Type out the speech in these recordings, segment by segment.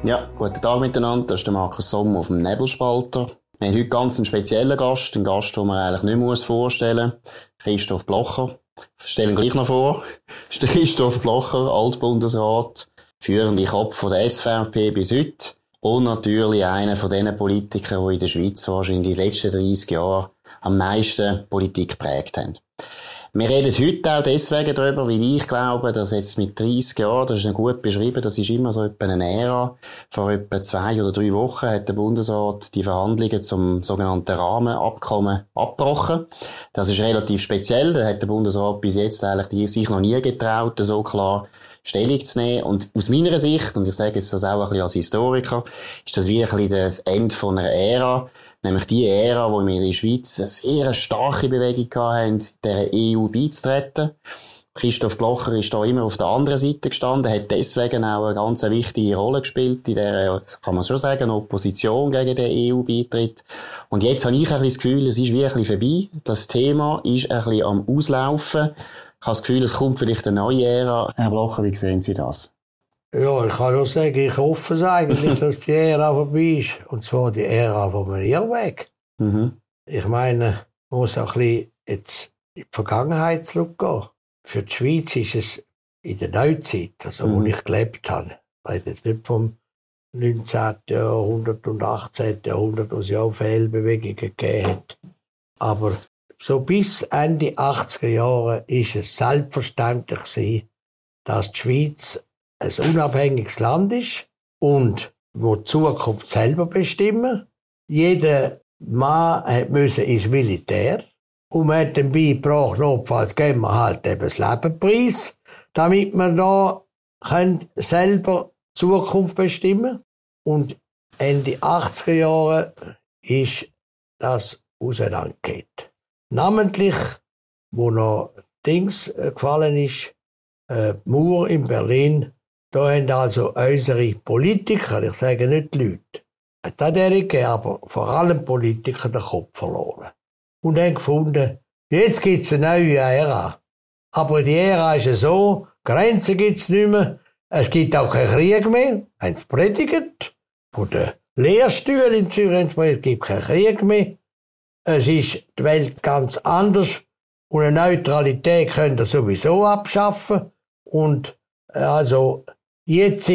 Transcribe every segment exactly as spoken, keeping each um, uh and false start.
Ja, guten Tag miteinander. Das ist der Markus Sommer auf dem Nebelspalter. Wir haben heute ganz einen speziellen Gast, einen Gast, den man eigentlich nicht muss vorstellen muss. Christoph Blocher. Ich stelle ihn gleich noch vor. Das ist der Christoph Blocher, Altbundesrat, führende Kopf von der S V P bis heute. Und natürlich einer von den Politikern, die in der Schweiz wahrscheinlich in den letzten dreissig Jahren am meisten Politik geprägt haben. Wir reden heute auch deswegen darüber, weil ich glaube, dass jetzt mit dreissig Jahren, das ist noch gut beschrieben, das ist immer so etwa eine Ära. Vor etwa zwei oder drei Wochen hat der Bundesrat die Verhandlungen zum sogenannten Rahmenabkommen abgebrochen. Das ist relativ speziell. Da hat der Bundesrat bis jetzt eigentlich sich noch nie getraut, so klar Stellung zu nehmen. Und aus meiner Sicht, und ich sage jetzt das auch ein bisschen als Historiker, ist das wie ein bisschen das Ende von einer Ära. Nämlich die Ära, wo wir in der Schweiz eine sehr starke Bewegung hatten, der E U beizutreten. Christoph Blocher ist da immer auf der anderen Seite gestanden, hat deswegen auch eine ganz wichtige Rolle gespielt in der, kann man schon sagen, Opposition gegen den E U-Beitritt. Und jetzt habe ich ein bisschen das Gefühl, es ist wie ein bisschen vorbei. Das Thema ist ein bisschen am Auslaufen. Ich habe das Gefühl, es kommt vielleicht eine neue Ära. Herr Blocher, wie sehen Sie das? Ja, ich kann nur sagen, ich hoffe es eigentlich, dass die Ära vorbei ist. Und zwar die Ära vom Irrweg. Mhm. Ich meine, man muss auch ein bisschen jetzt in die Vergangenheit zurückgehen. Für die Schweiz ist es in der Neuzeit, also mhm. wo ich gelebt habe. Ich rede jetzt nicht vom neunzehnten. Jahrhundert und achtzehnten. Jahrhundert, wo es ja auch Fehlbewegungen gegeben hat. Aber so bis Ende achtziger Jahre ist es selbstverständlich gewesen, dass die Schweiz ein unabhängiges Land ist und wo die Zukunft selber bestimmen. Jeder Mann musste ins Militär und man hat dann beigebracht, notfalls geben wir halt eben das Leben preis, damit wir da selber die Zukunft bestimmen. Und Ende achtziger Jahre ist das auseinandergegangen. Namentlich, wo noch Dings gefallen ist, äh, die Mauer in Berlin. Da haben also unsere Politiker, ich sage nicht die Leute, da derige, aber vor allem Politiker den Kopf verloren. Und haben gefunden, jetzt gibt es eine neue Ära. Aber die Ära ist ja so, Grenzen gibt es nicht mehr, es gibt auch keinen Krieg mehr, haben sie predigt. Von den Lehrstühlen in Zürich haben sie predigt, es gibt keinen Krieg mehr. Es ist die Welt ganz anders. Und eine Neutralität könnt ihr sowieso abschaffen. Und also jetzt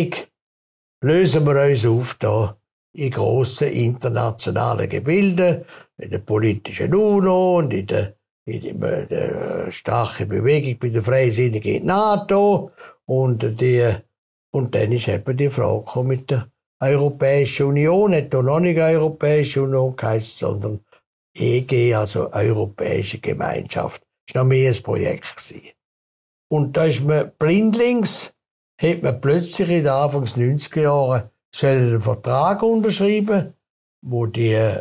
lösen wir uns auf da in grossen internationalen Gebilden, in der politischen UNO und in der, in der, der starken Bewegung bei der Freisinnigen NATO. Und, die, und dann ist eben die Frage gekommen mit der Europäischen Union. Hat da noch nicht Europäische Union geheißen, sondern E G, also Europäische Gemeinschaft. Das war noch mehr ein Projekt gewesen. Und da ist man blindlings, hat man plötzlich in den Anfangs neunziger Jahren einen Vertrag unterschrieben, wo die äh,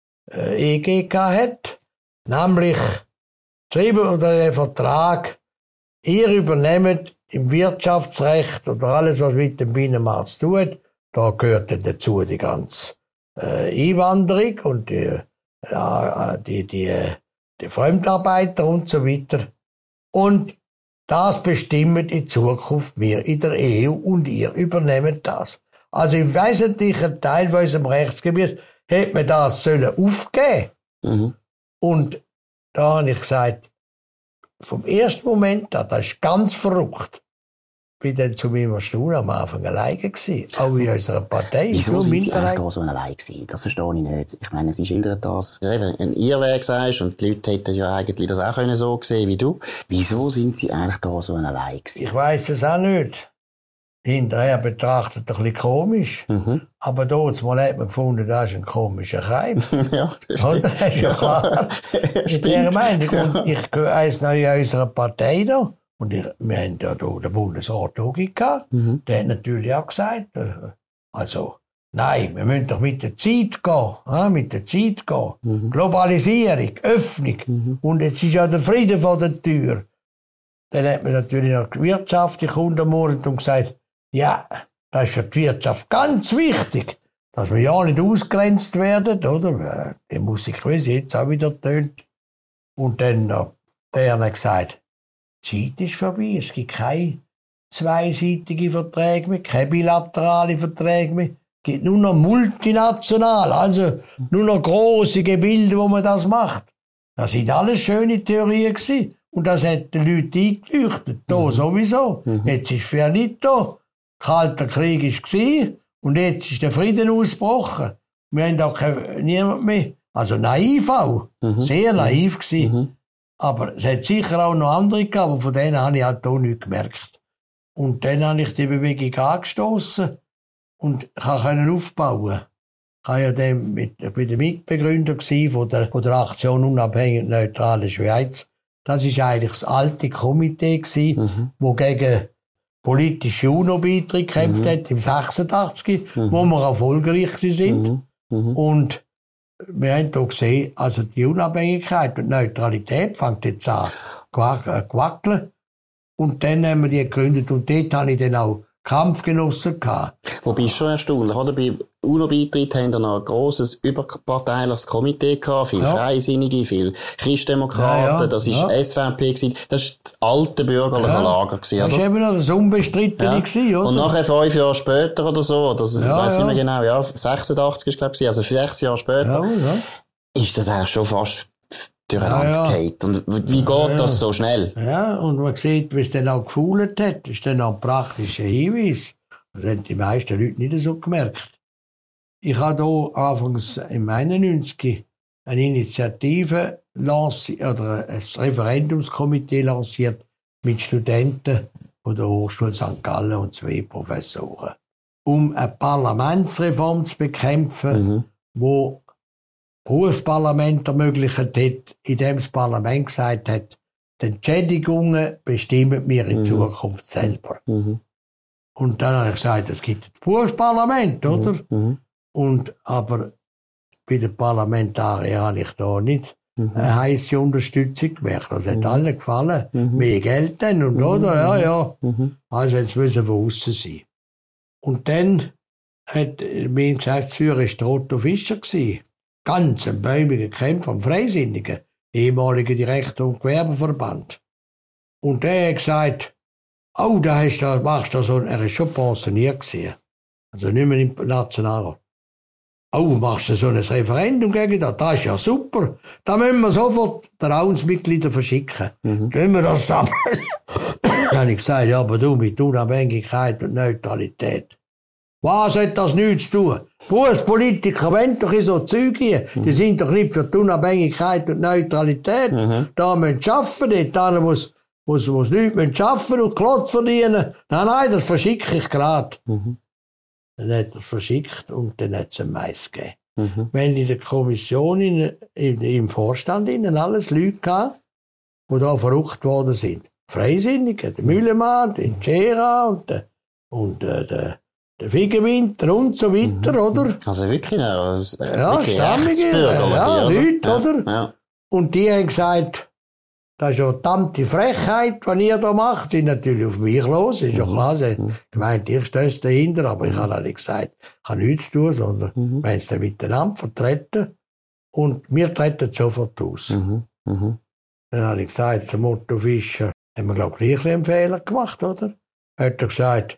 E G hat. Nämlich geschrieben unter dem Vertrag, ihr übernehmt im Wirtschaftsrecht oder alles, was mit dem Binnenmarkt zu tun hat, da gehört dann dazu die ganze äh, Einwanderung und die, äh, die, die, die Fremdarbeiter und so weiter. Und das bestimmt in Zukunft wir in der E U und ihr übernehmt das. Also im wesentlichen Teil von unserem Rechtsgebiet hätte man das sollen aufgeben. Mhm. Und da habe ich gesagt, vom ersten Moment an, das ist ganz verrückt. Ich bin dann zu meinem Erstaunen am Anfang alleine gewesen. Auch in unserer Partei. Wieso sind Sie eigentlich da so allein gewesen? Das verstehe ich nicht. Ich meine, Sie schildern das, eben, ein Irrweg sagst, und die Leute hätten ja eigentlich das auch können so sehen wie du. Wieso sind Sie eigentlich da so allein gewesen? Ich weiss es auch nicht. Hinterher betrachtet ein bisschen komisch. Mhm. Aber dort mal hat man gefunden, das ist ein komischer Keim. Ja, das stimmt. Das ist ja klar. Mit dieser Meinung. Und ich weiss noch in unserer Partei da. Und ich, wir haben ja hier den Bundesrat auch gehabt. Mhm. Der hat natürlich auch gesagt, äh, also, nein, wir müssen doch mit der Zeit gehen, äh, mit der Zeit gehen. Mhm. Globalisierung, Öffnung. Mhm. Und jetzt ist ja der Frieden vor der Tür. Dann hat man natürlich noch die Wirtschaft untermauert und gesagt, ja, das ist für die Wirtschaft ganz wichtig, dass wir ja nicht ausgrenzt werden, oder? Die Musik, wie sie jetzt auch wieder tönt. Und dann hat der gesagt, die Zeit ist vorbei, es gibt keine zweiseitige Verträge mehr, keine bilaterale Verträge mehr. Es gibt nur noch multinational, also nur noch grosse Gebilde, wo man das macht. Das sind alles schöne Theorien gewesen. Und das hat den Leuten eingeleuchtet. Da mhm. sowieso. Mhm. Jetzt ist finito. Kalter Krieg war und jetzt ist der Frieden ausgebrochen. Wir haben auch niemand mehr. Also naiv auch. Mhm. Sehr naiv gewesen. Mhm. Aber es hat sicher auch noch andere gegeben, aber von denen habe ich halt auch nichts gemerkt. Und dann habe ich die Bewegung angestoßen und konnte aufbauen. Ich war ja dann mit, ich bin der Mitbegründer von der, von der Aktion Unabhängig und Neutrale Schweiz. Das war eigentlich das alte Komitee, das mhm. gegen politische UNO-Beiträge gekämpft mhm. hat, im sechsundachtzig, mhm. wo wir erfolgreich sind. Mhm. Mhm. Und wir haben hier gesehen, also die Unabhängigkeit und Neutralität fängt jetzt an zu wackeln. Und dann haben wir die gegründet und dort hatte ich dann auch Kampfgenossen gehabt. Wobei ist schon erstaunlich, oder? Bei UNO-Beitritt haben wir noch ein grosses, überparteiliches Komitee gehabt, viele ja. Freisinnige, viele Christdemokraten, ja, ja, das war ja. S V P gewesen, das war das alte bürgerliche ja. Lager gewesen, oder? Das war eben noch das Unbestrittene ja. gewesen, oder? Und nachher fünf Jahre später oder so, oder ich ja, weiss ja. nicht mehr genau, ja, sechsundachtzig ist, glaube ich, also sechs Jahre später, ja, ja. ist das eigentlich schon fast durcheinander ja, ja. geht. Und wie geht ja, das so schnell? Ja, und man sieht, wie es dann auch gefühlt hat, ist dann auch ein praktischer Hinweis. Das haben die meisten Leute nicht so gemerkt. Ich habe hier anfangs im einundneunzig eine Initiative lanciert, oder ein Referendumskomitee lanciert mit Studenten von der Hochschule Sankt Gallen und zwei Professoren, um eine Parlamentsreform zu bekämpfen, mhm. wo Berufsparlament ermöglicht hat, indem das Parlament gesagt hat, die Entschädigungen bestimmen wir in mhm. Zukunft selber. Mhm. Und dann habe ich gesagt, es gibt das Berufsparlament, oder? Mhm. Und, aber bei den Parlamentariern habe ich da nicht mhm. eine heisse Unterstützung gemacht. Das hat mhm. allen gefallen. Mhm. Mehr Geld dann und, mhm. oder? Ja, ja. Mhm. Also jetzt müssen wir aussen sein. Und dann hat mein Geschäftsführer ist der Otto Fischer gewesen. Ganz ein bäumiger Kämpfer, ein Freisinniger, ehemaliger Direktor und Gewerbeverband. Und der hat gesagt, oh, da hast du, machst du so, er ist schon pensioniert gewesen. Also nicht mehr im Nationalrat. Oh, machst du so ein Referendum gegen das? Das ist ja super. Da müssen wir sofort die Ratsmitglieder verschicken. Mhm. Dann müssen wir das sammeln. Dann habe ich gesagt, ja, aber du mit Unabhängigkeit und Neutralität. Was hat das nichts zu tun? Berufspolitiker wollen doch in so Zeug hier. Die sind doch nicht für die Unabhängigkeit und Neutralität. Mhm. Da müssen sie arbeiten, dort muss, muss, muss Leute arbeiten und Klotz verdienen. Nein, nein, das verschicke ich gerade. Mhm. Dann hat er es verschickt und dann hat es ein Mais gegeben. Mhm. Wenn in der Kommission, in, in, im Vorstand, innen alles Leute gehabt, die da verrückt worden sind. Freisinnige, der Müllemann, der Gera und der, und äh, der, der Wiegenwinter und so weiter, mhm. oder? Also wirklich, ja, ja stammige, ja, Leute, ja. oder? Ja. Und die haben gesagt, das ist ja eine verdammte Frechheit, was ihr da macht. Sie sind natürlich auf mich los, ist ja klar. Sie haben gemeint, ich stehe dahinter, aber ich habe nicht gesagt, ich habe nichts zu tun, sondern mhm. wir haben es dann miteinander vertreten und wir treten sofort aus. Mhm. Mhm. Dann habe ich gesagt, zum Otto Fischer, haben wir, glaube ich, gleich einen Fehler gemacht, oder? Hat er gesagt,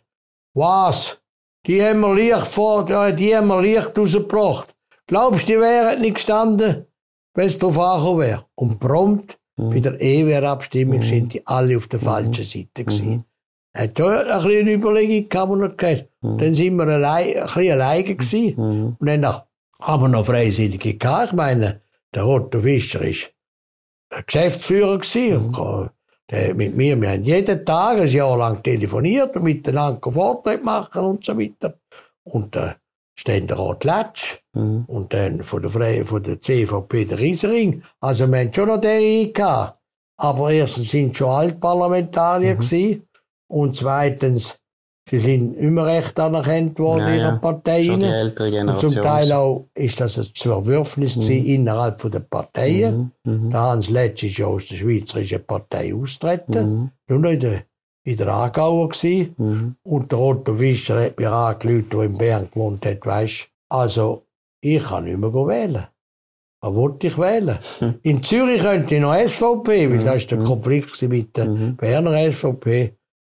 was? Die haben wir Licht vor, die haben wir Licht rausgebracht. Glaubst du, die wären nicht gestanden, wenn es darauf angekommen wäre? Und prompt, mhm. bei der E W R-Abstimmung, mhm. sind die alle auf der falschen Seite gewesen. Mhm. Er hat dort ein bisschen eine Überlegung gehabt, und gesagt, mhm. dann sind wir allein, ein bisschen alleine gewesen. Mhm. Und dann haben wir noch Freisinnige gehabt. Ich meine, der Otto Fischer ist Geschäftsführer gewesen. Mhm. Und der, mit mir, wir haben jeden Tag ein Jahr lang telefoniert und miteinander Vorträge machen und so weiter. Und der Ständerat Latsch mhm. und dann von der, Fre- von der C V P der Riesering. Also wir haben schon noch den gehabt. Aber erstens sind schon Altparlamentarier mhm. gewesen und zweitens, sie sind immer recht anerkannt worden in ja, ihrer Partei. Schon die ältere Generation. Und zum Teil auch ist das ein Zerwürfnis mhm. gewesen innerhalb der Parteien. Mhm. Mhm. Der Hans Letsch ist ja aus der Schweizerischen Partei austreten. Mhm. Nur noch in der, in der Aargauer gewesen. Mhm. Und der Otto Fischer hat mir angerufen, der in Bern gewohnt hat, weisst. Also, ich kann nicht mehr wählen. Was wollte ich wählen? Mhm. In Zürich könnte ich noch S V P, weil mhm. da war der Konflikt mit der mhm. Berner S V P.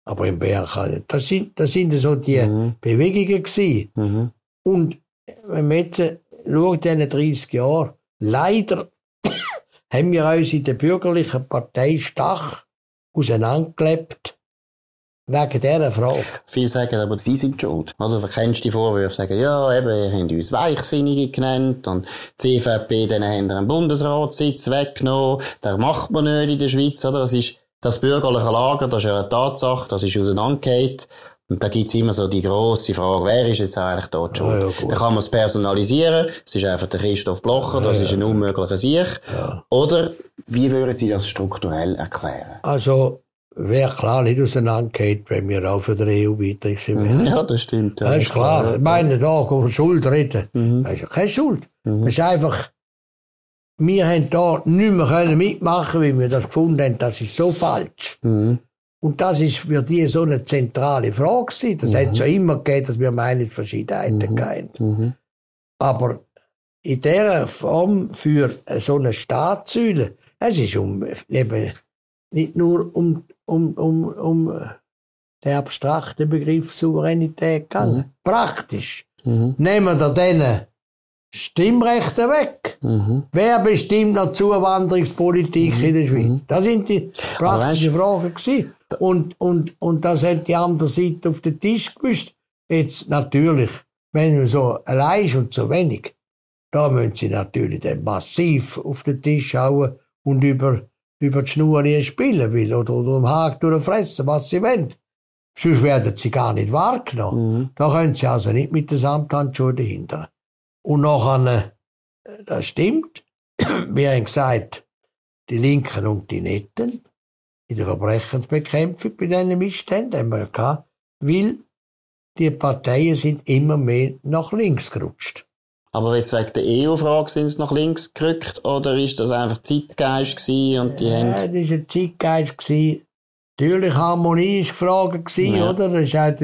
Aber im Berg, das sind, das sind so die mhm. Bewegungen gewesen. Mhm. Und wenn man jetzt schaut, in diesen dreissig Jahren, leider haben wir uns in der bürgerlichen Partei stark auseinandergelebt wegen dieser Frage. Viele sagen aber, sie sind schuld. Oder du kennst die Vorwürfe, sagen, ja, eben, ihr habt uns Weichsinnige genannt und die C V P, denen haben einen Bundesratssitz weggenommen. Das macht man nicht in der Schweiz, oder? Das ist das bürgerliche Lager, das ist ja eine Tatsache, das ist auseinandergefallen. Und da gibt's immer so die grosse Frage, wer ist jetzt eigentlich dort schuld? Ja, ja, da kann man es personalisieren, es ist einfach der Christoph Blocher, das ja, ist ein unmöglicher Sieg. Ja. Oder, wie würden Sie das strukturell erklären? Also, wäre klar nicht auseinandergefallen, wenn wir auch für die E U Beitritt sind. Mhm, ja, das stimmt. Ja, das ist klar. klar. Ich meine, da über Schuld reden, mhm. das ist ja keine Schuld. Mhm. Das ist einfach, wir haben da nicht mehr mitmachen können, weil wir das gefunden haben, das ist so falsch. Mhm. Und das ist für die so eine zentrale Frage gewesen. Das mhm. hat es ja immer gegeben, dass wir Meinungsverschiedenheiten mhm. hatten. Mhm. Aber in dieser Form für so eine Staatssäule, es ist um, eben nicht nur um, um, um, um den abstrakten Begriff Souveränität gegangen. Mhm. Praktisch. Mhm. Nehmen wir denen Stimmrechte weg. Mhm. Wer bestimmt noch Zuwanderungspolitik mhm. in der Schweiz? Das sind die praktischen Fragen gewesen. Und, und, und das hat die andere Seite auf den Tisch gewusst. Jetzt natürlich, wenn man so allein ist und so wenig, da müssen sie natürlich dann massiv auf den Tisch hauen und über, über die Schnur spielen will oder, oder im Haken durchfressen, was sie wollen. Sonst werden sie gar nicht wahrgenommen. Mhm. Da können sie also nicht mit den Samthandschuhen dahinter. Und nachher, das stimmt, wir haben gesagt, die Linken und die Netten, in der Verbrechensbekämpfung bei diesen Missständen haben wir gehabt, weil die Parteien sind immer mehr nach links gerutscht. Aber jetzt wegen der E U-Frage sind sie nach links gerückt, oder ist das einfach Zeitgeist gewesen und die ja, haben... Ja, das war ein Zeitgeist gewesen. Natürlich Harmonie ist gefragt gewesen, ja. oder? Das ist halt,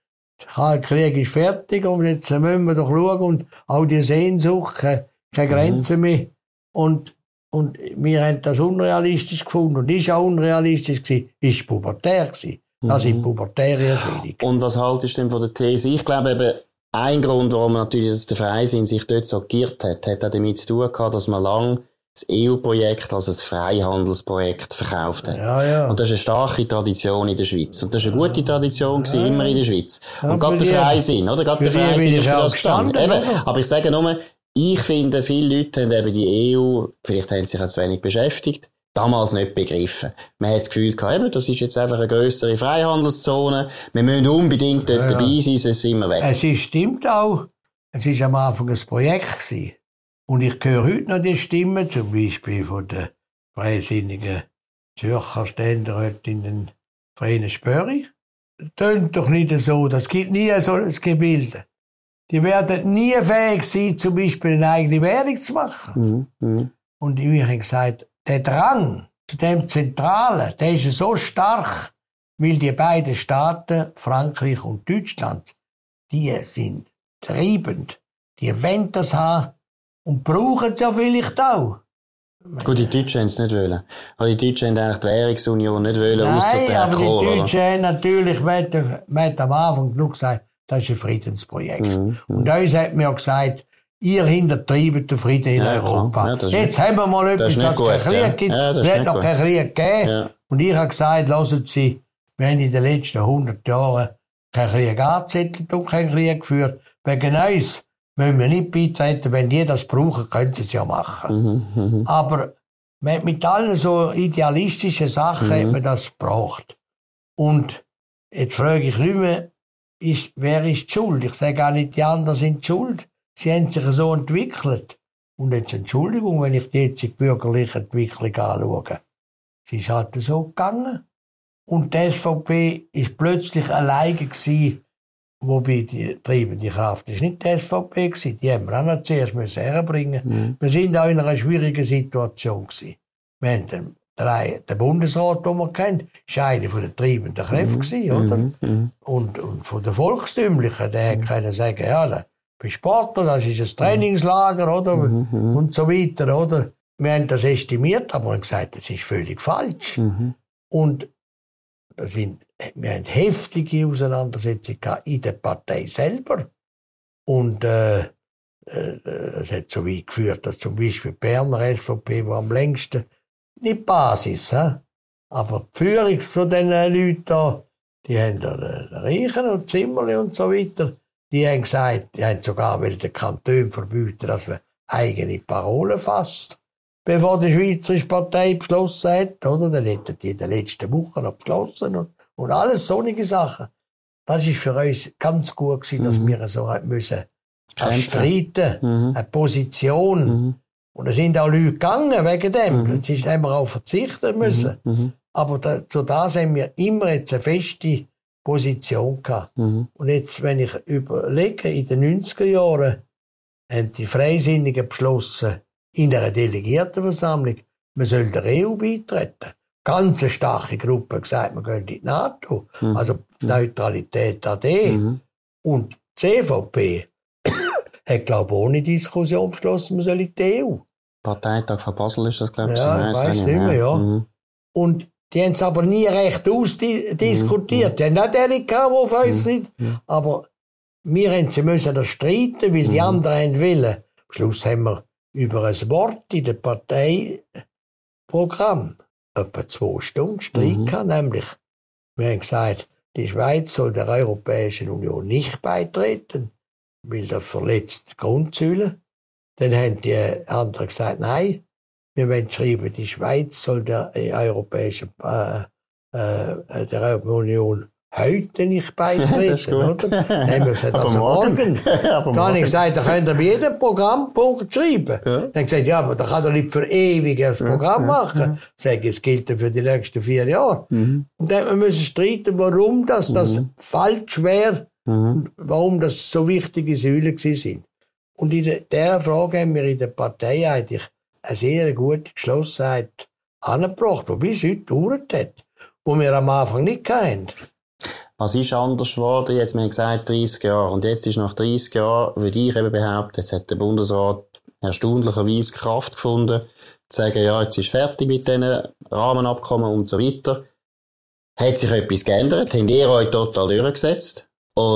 der Krieg ist fertig und jetzt müssen wir doch schauen und auch die Sehnsucht, keine, keine Grenzen mhm. mehr. Und Und wir haben das unrealistisch gefunden und ist auch unrealistisch gewesen, ist pubertär gewesen. Das sind pubertäre Erscheinungen. Und was haltest du denn von der These? Ich glaube eben, ein Grund, warum natürlich der Freisinn sich dort so geirrt hat, hat auch damit zu tun gehabt, dass man lang das E U-Projekt als ein Freihandelsprojekt verkauft hat. Ja, ja. Und das ist eine starke Tradition in der Schweiz. Und das ist eine gute Tradition gewesen, ja, immer in der Schweiz. Ja, und gerade der Freisinn, oder? Gerade der Freisinn ist für das gestanden. Eben. Aber ich sage nur, ich finde, viele Leute haben eben die E U, vielleicht haben sie sich auch zu wenig beschäftigt, damals nicht begriffen. Man hat das Gefühl gehabt, eben, das ist jetzt einfach eine grössere Freihandelszone, wir müssen unbedingt dort ja, dabei sein, sonst sind wir weg. Es ist, stimmt auch, es war am Anfang ein Projekt gewesen. Und ich höre heute noch die Stimmen, zum Beispiel von der freisinnigen Zürcher Ständerätin Vreni Spöri. Das tönt doch nicht so, das gibt nie so ein Gebilde. Die werden nie fähig sein, zum Beispiel eine eigene Währung zu machen. Mhm. Und wir haben gesagt, der Drang zu dem Zentralen, der ist so stark, weil die beiden Staaten, Frankreich und Deutschland, die sind treibend. Die wollen das haben und brauchen es ja vielleicht auch. Gut, die Deutschen haben es nicht wollen. Also die Deutschen haben eigentlich die Währungsunion nicht wollen, ausser der aber Kohl, die Deutschen haben natürlich, man hat am Anfang genug gesagt, das ist ein Friedensprojekt. Mhm. Und uns hat man ja gesagt, ihr hintertreibt den Frieden in ja, Europa. Ja, Jetzt nicht, haben wir mal etwas, dass es keinen Krieg ja. gibt. Ja, es hat noch keinen Krieg gegeben. Ja. Und ich habe gesagt, hören Sie, wir haben in den letzten hundert Jahren keinen Krieg angezettelt und keinen Krieg geführt. Wegen uns müssen wir nicht beitreten. Wenn die das brauchen, können sie es ja machen. Mhm, mhm. Aber mit allen so idealistischen Sachen mhm. hat man das gebraucht. Und jetzt frage ich nicht mehr, Ist, wer ist die Schuld? Ich sage auch nicht, die anderen sind die Schuld. Sie haben sich so entwickelt. Und jetzt Entschuldigung, wenn ich die jetzige bürgerliche Entwicklung anschaue. Sie ist halt so gegangen. Und die S V P ist plötzlich alleine gewesen, wobei die treibende Kraft ist nicht die S V P gewesen. Die haben wir auch noch zuerst herbringen müssen. Mhm. Wir sind auch in einer schwierigen Situation gewesen. Wir haben den Der, der Bundesrat, den man kennt, war einer der treibenden Kräfte, gewesen, oder? Mm-hmm. Und, und von den Volkstümlichen, der mm-hmm. können sagen, ja, der bist Sportler, das ist ein Trainingslager, oder? Mm-hmm. Und so weiter, oder? Wir haben das estimiert, aber haben gesagt, das ist völlig falsch. Mm-hmm. Und da sind wir haben heftige Auseinandersetzungen in der Partei selber. Und äh, äh, es hat so weit geführt, dass zum Beispiel die Berner S V P, die am längsten, nicht Basis, he? Aber die Führung von diesen Leuten da, die haben da den Reichen und Zimmerli und so weiter, die haben gesagt, die haben sogar den Kanton verbieten, dass man eigene Parolen fasst, bevor die Schweizerische Partei beschlossen hat, oder? Dann hätten die in den letzten Wochen noch beschlossen und, und alles solche Sachen. Das war für uns ganz gut gewesen, dass mhm. wir so müssen streiten, mhm. eine Position. Mhm. Und da sind auch Leute gegangen wegen dem. Mhm. Das ist, haben wir auch verzichten müssen. Mhm. Aber da, zu das haben wir immer jetzt eine feste Position gehabt. Mhm. Und jetzt, wenn ich überlege, in den neunziger Jahren haben die Freisinnigen beschlossen, in einer Delegiertenversammlung, man soll der E U beitreten. Ganz eine starke Gruppe gesagt, wir gehen in die NATO. Mhm. Also Neutralität A D. Mhm. Und die C V P hat, glaube ich, ohne Diskussion beschlossen, man soll in die E U. Parteitag von Basel ist das, glaube ich. Ja, ich weiss nicht mehr, ja. Mhm. Und die haben es aber nie recht ausdiskutiert. Mhm. Die haben auch die gehabt, die auf uns sind. Mhm. Aber wir haben sie müssen das streiten, weil mhm. die anderen haben wollen. Am Schluss haben wir über ein Wort in dem Parteiprogramm etwa zwei Stunden Streit mhm. gehabt, nämlich, wir haben gesagt, die Schweiz soll der Europäischen Union nicht beitreten, weil das verletzt die Grundsäule. Dann haben die anderen gesagt, nein, wir wollen schreiben, die Schweiz soll der Europäischen äh, äh, der Europäischen Union heute nicht beitreten, oder? Dann haben wir gesagt, also morgen. Dann habe ich gesagt, da könnt ihr bei jedem Programmpunkt schreiben. Ja. Dann haben gesagt, ja, aber da kann er nicht für ewig ein Programm machen. Ja. Sag, es gilt für die nächsten vier Jahre. Mhm. Und dann haben wir müssen streiten, warum das, das mhm. falsch wäre mhm. und warum das so wichtige Säulen sind. Und in dieser Frage haben wir in der Partei eigentlich eine sehr gute Geschlossenheit angebracht, die bis heute gedauert hat, wo wir am Anfang nicht hatten. Was ist anders geworden? Jetzt, wir haben gesagt, dreißig Jahre. Und jetzt ist nach dreißig Jahren, würde ich eben behaupten, jetzt hat der Bundesrat erstaunlicherweise Kraft gefunden, zu sagen, ja, jetzt ist fertig mit diesen Rahmenabkommen und so weiter. Hat sich etwas geändert? Habt ihr euch total durchgesetzt?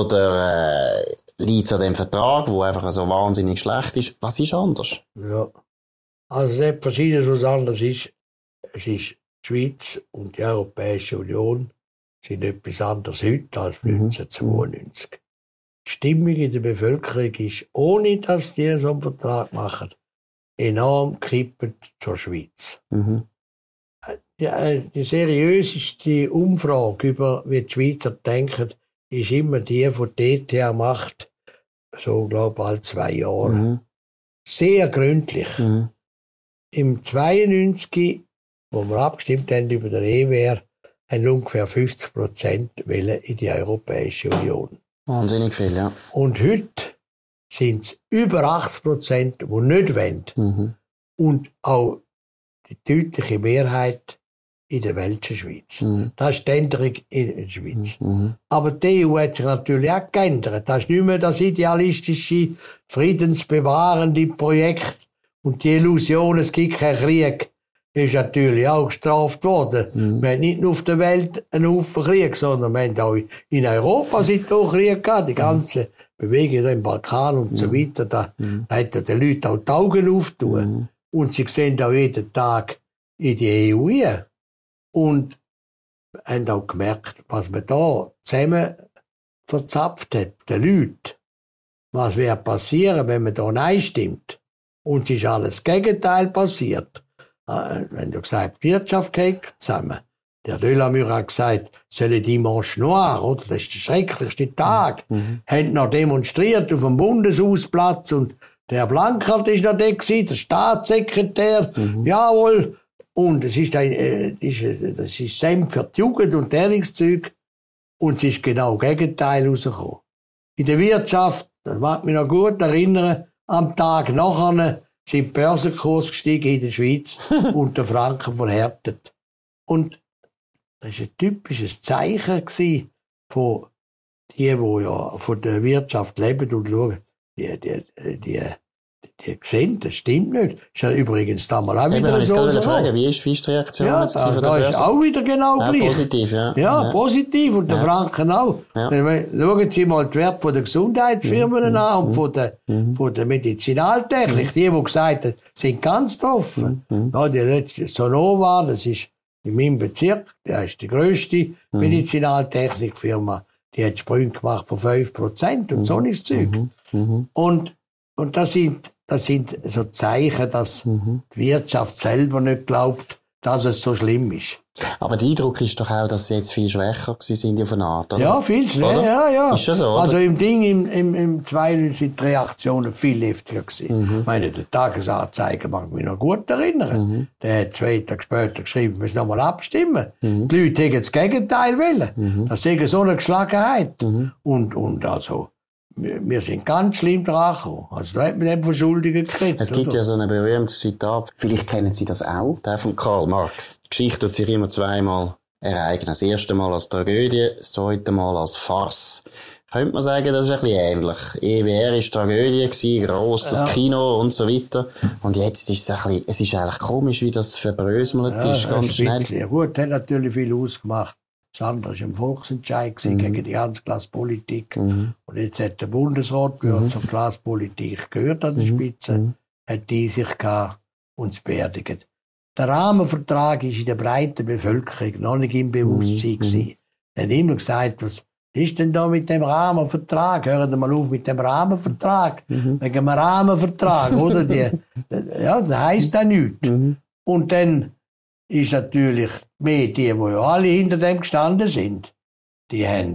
Oder äh, liegt es an dem Vertrag, der einfach so wahnsinnig schlecht ist? Was ist anders? Ja, also selbstverständlich, was anders ist, es ist die Schweiz und die Europäische Union sind etwas anderes heute als neunzehnhundertzweiundneunzig. Die Stimmung in der Bevölkerung ist, ohne dass die so einen Vertrag machen, enorm kippend zur Schweiz. Mhm. Ja, die seriöseste Umfrage über, wie die Schweizer denken, ist immer die, von die E T H macht, so, glaube ich, alle zwei Jahre. Mhm. Sehr gründlich. Mhm. Im zweiundneunzig, wo wir abgestimmt haben über den E W R, haben ungefähr fünfzig Prozent in die Europäische Union. Wahnsinnig viel, ja. Und heute sind es über achtzig Prozent, die nicht wollen. Mhm. Und auch die deutliche Mehrheit in der welchen Schweiz. Mhm. Das ist die Änderung in der Schweiz. Mhm. Aber die E U hat sich natürlich auch geändert. Das ist nicht mehr das idealistische, friedensbewahrende Projekt und die Illusion, es gibt keinen Krieg, ist natürlich auch gestraft worden. Mhm. Wir haben nicht nur auf der Welt einen Haufen Krieg, sondern wir haben auch in Europa seitdem Krieg gehabt. Die ganze Bewegung im Balkan und mhm. so weiter, da mhm. hat den Leuten auch die Augen auftun. Mhm. Und sie sehen auch jeden Tag in die E U rein. Und haben auch gemerkt, was man da zusammen verzapft hat, den Leuten. Was wird passieren, wenn man da Nein stimmt? Und es ist alles das Gegenteil passiert. Wenn du gesagt, die Wirtschaft geht zusammen. Der Delamure hat gesagt, c'est le dimanche noir, oder? Das ist der schrecklichste Tag. Mhm. Haben noch demonstriert auf dem Bundeshausplatz und der Blankert ist noch da gewesen, der Staatssekretär. Mhm. Jawohl. Und es ist ein, äh, ist, das ist Senf für die Jugend und Trainingszeug. Und es ist genau das Gegenteil rausgekommen. In der Wirtschaft, das mag mich noch gut erinnern, am Tag nachher sind die Börsenkurs gestiegen in der Schweiz und der Franken verhärtet. Und das war ein typisches Zeichen von die, die ja von der Wirtschaft leben und schauen. Die, die, die Die sehen, das stimmt nicht. Ist ja übrigens damals auch Eben, wieder so. Ich so. Fragen, wie ist, wie ist die Reaktion ja, jetzt da, von der da Börse? ist auch wieder genau ja, gleich. Positiv, ja. Ja, ja. positiv. Und der ja. Franken auch. Ja. Schauen Sie mal den Wert von der Gesundheitsfirmen mhm. an und von der, mhm. von der Medizinaltechnik. Mhm. Die, die gesagt haben, sind ganz getroffen. Mhm. Ja, die letzte Sonova, das ist in meinem Bezirk, das ist die grösste mhm. Medizinaltechnikfirma. Die hat Sprünge gemacht von fünf Prozent und mhm. so nichts Zeug. Mhm. Mhm. Und, und das sind, das sind so Zeichen, dass mhm. die Wirtschaft selber nicht glaubt, dass es so schlimm ist. Aber der Eindruck ist doch auch, dass sie jetzt viel schwächer sind auf eine Art, oder? Ja, viel schwächer, ja, ja. Ist schon so, oder? Also im Ding, im, im, im zweiundneunzig sind die Reaktionen viel heftiger gewesen. Mhm. Ich meine, der Tagesanzeiger mag mich noch gut erinnern. Mhm. Der hat zwei Tage später geschrieben, wir müssen noch mal abstimmen. Mhm. Die Leute hätten das Gegenteil wollen. Mhm. Das ist so eine Geschlagenheit. Mhm. Und, und also, wir sind ganz schlimm dran gekommen. Also da hat man eben Verschuldungen gekriegt. Es gibt oder? ja so ein berühmtes Zitat, vielleicht kennen Sie das auch, der von Karl Marx. Die Geschichte wird sich immer zweimal ereignen. Das erste Mal als Tragödie, das zweite Mal als Farce. Könnte man sagen, das ist ein bisschen ähnlich. E W R war Tragödie gewesen, grosses ja. Kino und so weiter. Und jetzt ist es ein bisschen, es ist eigentlich komisch, wie das verbröselt ja, ist, ganz schnell. Bisschen. Gut, hat natürlich viel ausgemacht. Das andere war ein Volksentscheid mhm. gegen die ganze Klasspolitik. Mhm. Und jetzt hat der Bundesrat, der mhm. zur Klasspolitik gehört an der Spitze, mhm. hat die sich gehabt, uns beerdigt. Der Rahmenvertrag war in der breiten Bevölkerung noch nicht im Bewusstsein. Mhm. gewesen. Er hat immer gesagt, was ist denn da mit dem Rahmenvertrag? Hören Sie mal auf mit dem Rahmenvertrag. Mhm. Wegen dem Rahmenvertrag, oder? Die, ja, das heisst ja nichts. Mhm. Und dann ist natürlich die Medien, die ja alle hinter dem gestanden sind, die haben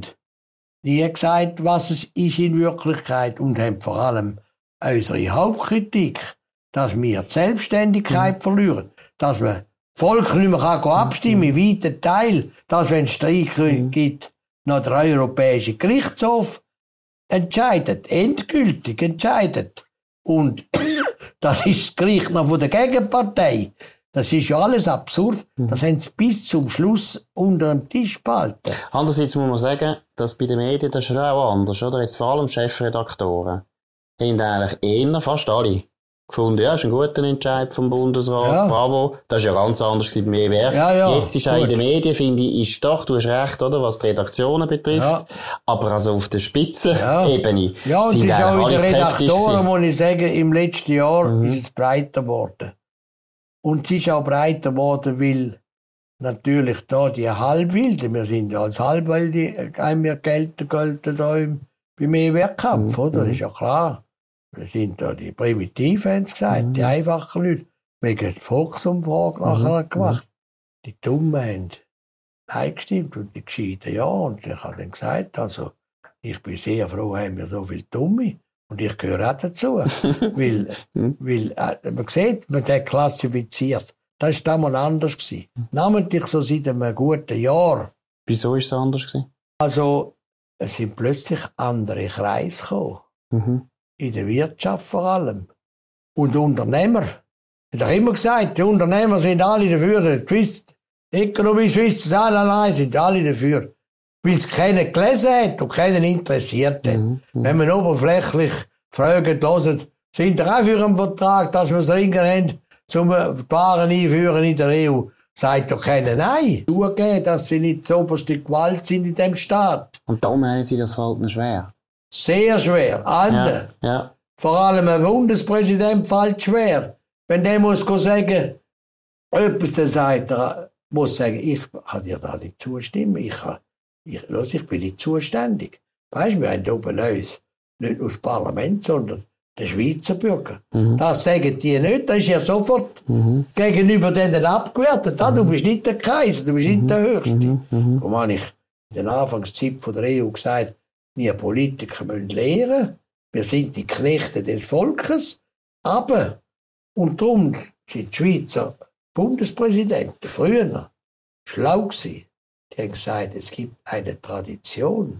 nie gesagt, was es ist in Wirklichkeit und haben vor allem unsere Hauptkritik, dass wir die Selbstständigkeit mhm. verlieren, dass man Volk nicht mehr kann abstimmen kann, in weiten Teil, dass wenn es Streik mhm. gibt, noch der Europäische Gerichtshof entscheidet, endgültig entscheidet. Und das ist das Gericht noch von der Gegenpartei. Das ist ja alles absurd. Das haben sie bis zum Schluss unter dem Tisch behalten. Andererseits muss man sagen, dass bei den Medien das ist auch anders, oder? Jetzt vor allem Chefredaktoren haben eigentlich eher, fast alle, gefunden, ja, ist ein guter Entscheid vom Bundesrat, ja. Bravo. Das ist ja ganz anders gewesen beim E W R. Ja, ja, jetzt ist auch in den Medien, finde ich, ist doch, du hast recht, oder, was die Redaktionen betrifft. Ja. Aber also auf der Spitzenebene ja. ja, und sind es ist auch in den Redaktoren, muss ich sagen, im letzten Jahr mhm. ist es breiter geworden. Und es ist auch breiter geworden, weil natürlich da die Halbwilden, wir sind ja als Halbwilde, haben wir gelten, gelten da im, beim E W R-Kampf, mhm. oder? Das ist ja klar. Wir sind da die Primitiven, haben sie gesagt, mhm. die einfachen Leute. Wegen der Volksumfrage mhm. nachher gemacht. Die Dummen haben Nein gestimmt und die Gescheiten ja. Und ich habe dann gesagt, also, ich bin sehr froh, haben wir so viele Dumme. Und ich gehöre auch dazu. weil, weil, äh, man sieht, man hat klassifiziert. Das war damals anders gewesen. Namentlich so seit einem guten Jahr. Wieso war es anders gewesen? Also, es sind plötzlich andere Kreise gekommen. Mhm. In der Wirtschaft vor allem. Und Unternehmer. Ich habe immer gesagt, die Unternehmer sind alle dafür. Die Ökonomie Swiss, alle sind alle dafür. Weil es keiner gelesen hat und keiner interessiert hat. Mhm. Wenn man oberflächlich fragt, hören, sind ihr auch für einen Vertrag, dass wir es Ringen haben, zum Waren einführen in der E U, sagt doch keiner nein. Zugeben, dass sie nicht die oberste Gewalt sind in dem Staat. Und da meinen Sie, das fällt mir schwer? Sehr schwer. Allen. Ja, ja. Vor allem ein Bundespräsident fällt schwer. Wenn der muss sagen, etwas sagt, er muss sagen, ich kann dir da nicht zustimmen. Ich, kann, ich, los, ich bin nicht zuständig. Weißt du, wir haben oben uns nicht nur das Parlament, sondern der Schweizer Bürger. Mhm. Das sagen die nicht, das ist ja sofort mhm. gegenüber denen abgewertet. Mhm. Du bist nicht der Kaiser, du bist nicht mhm. der Höchste. Mhm. Mhm. Darum habe ich in der Anfangszeit von der E U gesagt, wir Politiker müssen lehren, wir sind die Knechte des Volkes, aber, und darum sind die Schweizer Bundespräsidenten früher schlau gewesen. Die haben gesagt, es gibt eine Tradition.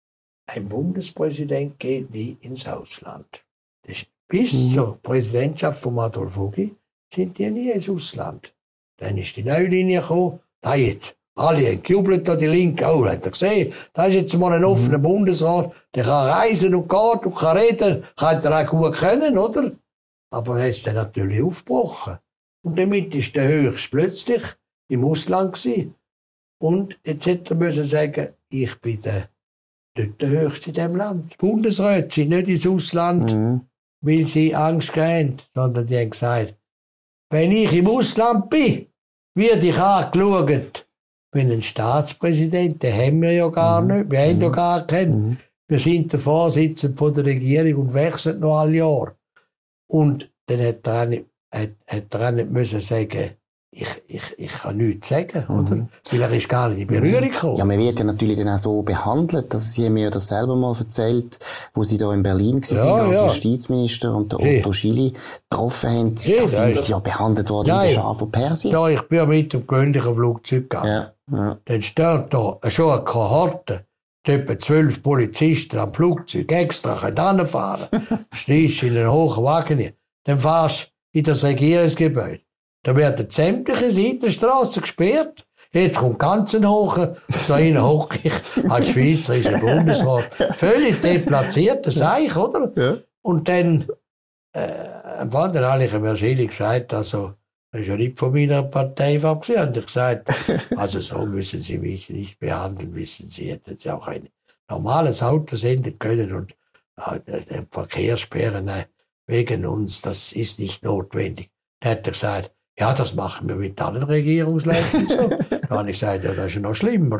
Ein Bundespräsident geht nie ins Ausland. Das bis mhm. zur Präsidentschaft von Adolf Hugi sind die nie ins Ausland. Dann ist die neue Linie gekommen, da jetzt. Alle haben gejubelt, die Linke. Oh, hat er gesehen, da ist jetzt mal ein offener mhm. Bundesrat, der kann reisen und geht und kann reden, kann er auch gut können, oder? Aber er ist dann natürlich aufgebrochen. Und damit ist der Höchst plötzlich im Ausland gewesen. Und jetzt hätte er müssen sagen, ich bin der, nicht der Höchste in diesem Land. Die Bundesräte sind nicht ins Ausland, mhm. weil sie Angst haben, sondern die haben gesagt, wenn ich im Ausland bin, werde ich angeschaut. Wenn ein Staatspräsident, den haben wir ja gar mhm. nicht, wir haben ja gar keinen. Mhm. Wir sind der Vorsitzende von der Regierung und wechseln noch alle Jahre. Und dann hat er auch nicht, hat, hat er auch nicht müssen sagen, ich, ich, ich kann nichts sagen, oder? Mhm. Weil er ist gar nicht in Berührung gekommen. Ja, man wird ja natürlich dann auch so behandelt, dass Sie mir das selber mal erzählt, wo Sie da in Berlin ja, sind als ja. Justizminister und der Otto Schily getroffen haben. Ja, da sind Sie ja behandelt worden Nein. in der Schar von Persien. Ja, ich bin ja mit dem gewöhnlichen Flugzeug gegangen. Ja. Ja. Dann steht da schon eine Kohorte, etwa zwölf Polizisten am Flugzeug extra hinfahren können. Stehst in einen hohen Wagen, dann fahrst du in das Regierungsgebäude. Da werden sämtliche Seitenstraßen gesperrt. Jetzt kommt ganz ein hoher, da innen hocke ich als Schweizerischer Bundesrat. Völlig deplatziert, das sage ich, oder? Ja. Und dann, äh, dann habe ich ihm ehrlich gesagt, also, das ist ja nicht von meiner Partei abgesehen. Und ich gesagt, also so müssen Sie mich nicht behandeln, wissen Sie. Hätten Sie auch ein normales Auto senden können und äh, den Verkehrssperren äh, wegen uns, das ist nicht notwendig. Dann hat er gesagt, ja, das machen wir mit allen Regierungsleitern so. Dann habe ich gesagt, ja, das ist ja noch schlimmer.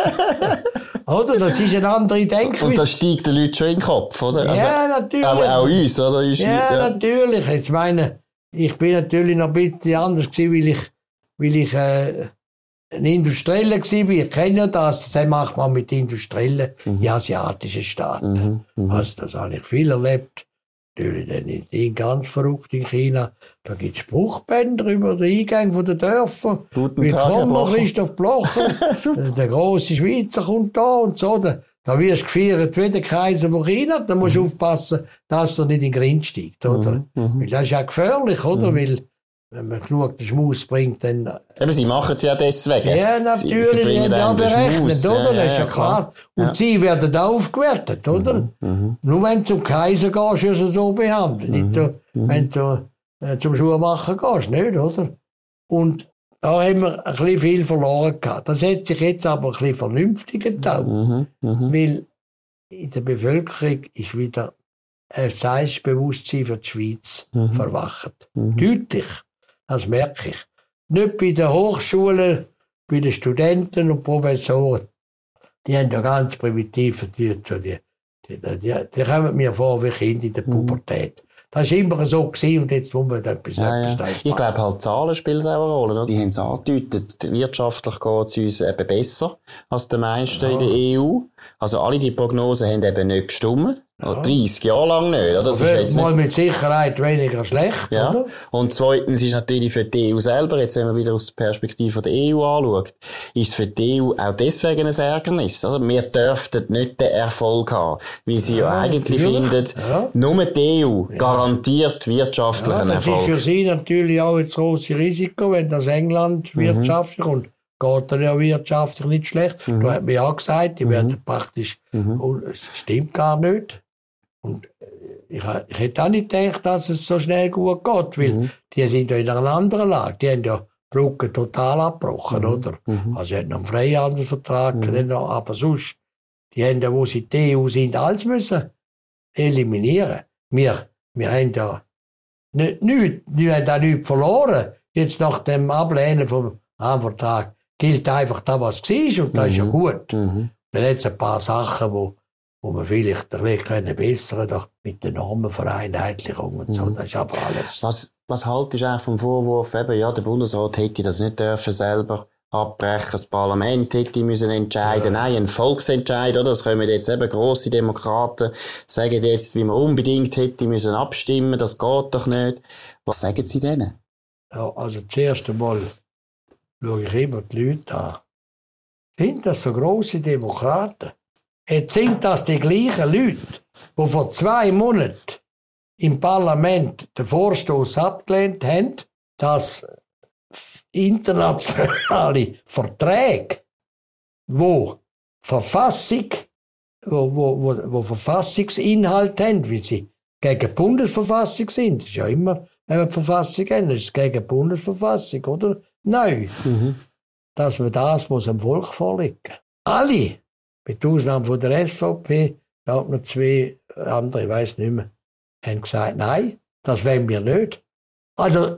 Oder? Das ist eine andere Denkweise. Und das steigt den Leuten schon in den Kopf, oder? Also, ja, natürlich. Aber auch uns, oder? Ist ja, nicht, ja, natürlich. Jetzt meine, ich bin natürlich noch ein bisschen anders gewesen, weil ich, weil ich, äh, ein Industrieller war. Ich kenne ja das. Das macht man mit Industriellen mhm. in asiatischen Staaten. Mhm. Also, das habe ich viel erlebt. Natürlich dann in, in ganz verrückt in China. Da gibt es Spruchbänder über den Eingang der Dörfer. Guten Tag, Herr Blocher. Christoph Blocher. der, der grosse Schweizer kommt da und so. Da, da wirst du gefeiert wie der Kaiser von China. Da musst du mhm. aufpassen, dass er nicht in den Grind steigt, oder? Mhm. Weil das ist ja gefährlich, oder? Mhm. Weil, wenn man genug den Schmaus bringt, dann... Aber Sie machen es ja deswegen. Ja, natürlich. Sie, sie haben ja berechnet, oder? Ja, das ist ja klar. Und ja. Sie werden auch aufgewertet, oder? Mhm. Nur wenn du zum Kaiser gehst, wirst du so behandeln. Mhm. Nicht so, mhm. wenn du äh, zum Schuhmacher gehst, nicht, oder? Und da haben wir ein bisschen viel verloren gehabt. Das hat sich jetzt aber ein bisschen vernünftiger auch. Mhm. Mhm. Weil in der Bevölkerung ist wieder ein Selbstbewusstsein für die Schweiz mhm. verwacht. Mhm. Deutlich. Das merke ich. Nicht bei den Hochschulen, bei den Studenten und Professoren. Die haben ja ganz primitiv verdient. Die, die, die, die kommen mir vor wie Kinder in der Pubertät. Das war immer so gewesen und jetzt muss man etwas, ja, etwas ja. Ich glaube, halt Zahlen spielen auch eine Rolle. Oder? Die haben es angedeutet. Wirtschaftlich geht es uns eben besser als den meisten ja. in der E U. Also alle die Prognosen haben eben nicht gestimmt. Ja. dreißig Jahre lang nicht, oder? Das ist jetzt mal nicht... mit Sicherheit weniger schlecht, ja. oder? Und zweitens ist natürlich für die E U selber, jetzt wenn man wieder aus der Perspektive der E U anschaut, ist für die E U auch deswegen ein Ärgernis, oder? Wir dürften nicht den Erfolg haben, weil sie ja, ja eigentlich finden, ja. nur die E U garantiert ja. wirtschaftlichen ja, das Erfolg. Das ist für sie natürlich auch ein grosses Risiko, wenn das England mhm. wirtschaftlich und geht dann ja wirtschaftlich nicht schlecht. Mhm. Da hat man ja gesagt, die mhm. werden praktisch, mhm. und es stimmt gar nicht. Und ich, ich hätte auch nicht gedacht, dass es so schnell gut geht, weil mhm. die sind ja in einer anderen Lage. Die haben ja die Brücke total abgebrochen, mhm. oder? Mhm. Also, sie hatten noch einen Freihandelsvertrag, mhm. noch, aber sonst, die haben ja, wo sie die E U sind, alles müssen eliminieren. Wir, wir haben ja nicht, nicht, wir haben auch nichts verloren. Jetzt nach dem Ablehnen vom Rahmenvertrag gilt einfach das, was es war, und das mhm. ist ja gut. Mhm. Dann hat es ein paar Sachen, wo wo man vielleicht ein bisschen bessern können, mit der Normenvereinheitlichung und so. Mhm. Das ist aber alles. Was, was haltest du eigentlich vom Vorwurf, eben, ja, der Bundesrat hätte das nicht dürfen selber abbrechen, das Parlament hätte müssen entscheiden, ja. Nein, ein Volksentscheid, oder? Das können jetzt eben grosse Demokraten sagen jetzt, wie man unbedingt hätte müssen abstimmen, das geht doch nicht. Was sagen Sie denen? Ja, also zuerst einmal schaue ich immer die Leute an. Sind das so grosse Demokraten? Jetzt sind das die gleichen Leute, die vor zwei Monaten im Parlament den Vorstoß abgelehnt haben, dass internationale Verträge, wo Verfassung, wo, wo, wo, wo Verfassungsinhalt haben, wie sie gegen die Bundesverfassung sind. Das ist ja immer, wenn wir die Verfassung ändern, ist es gegen die Bundesverfassung, oder? Nein. Mhm. Dass man das muss dem Volk vorlegen. Alle, mit Ausnahme von der S V P, da hat noch zwei andere, ich weiss nicht mehr, haben gesagt, nein, das wollen wir nicht. Also,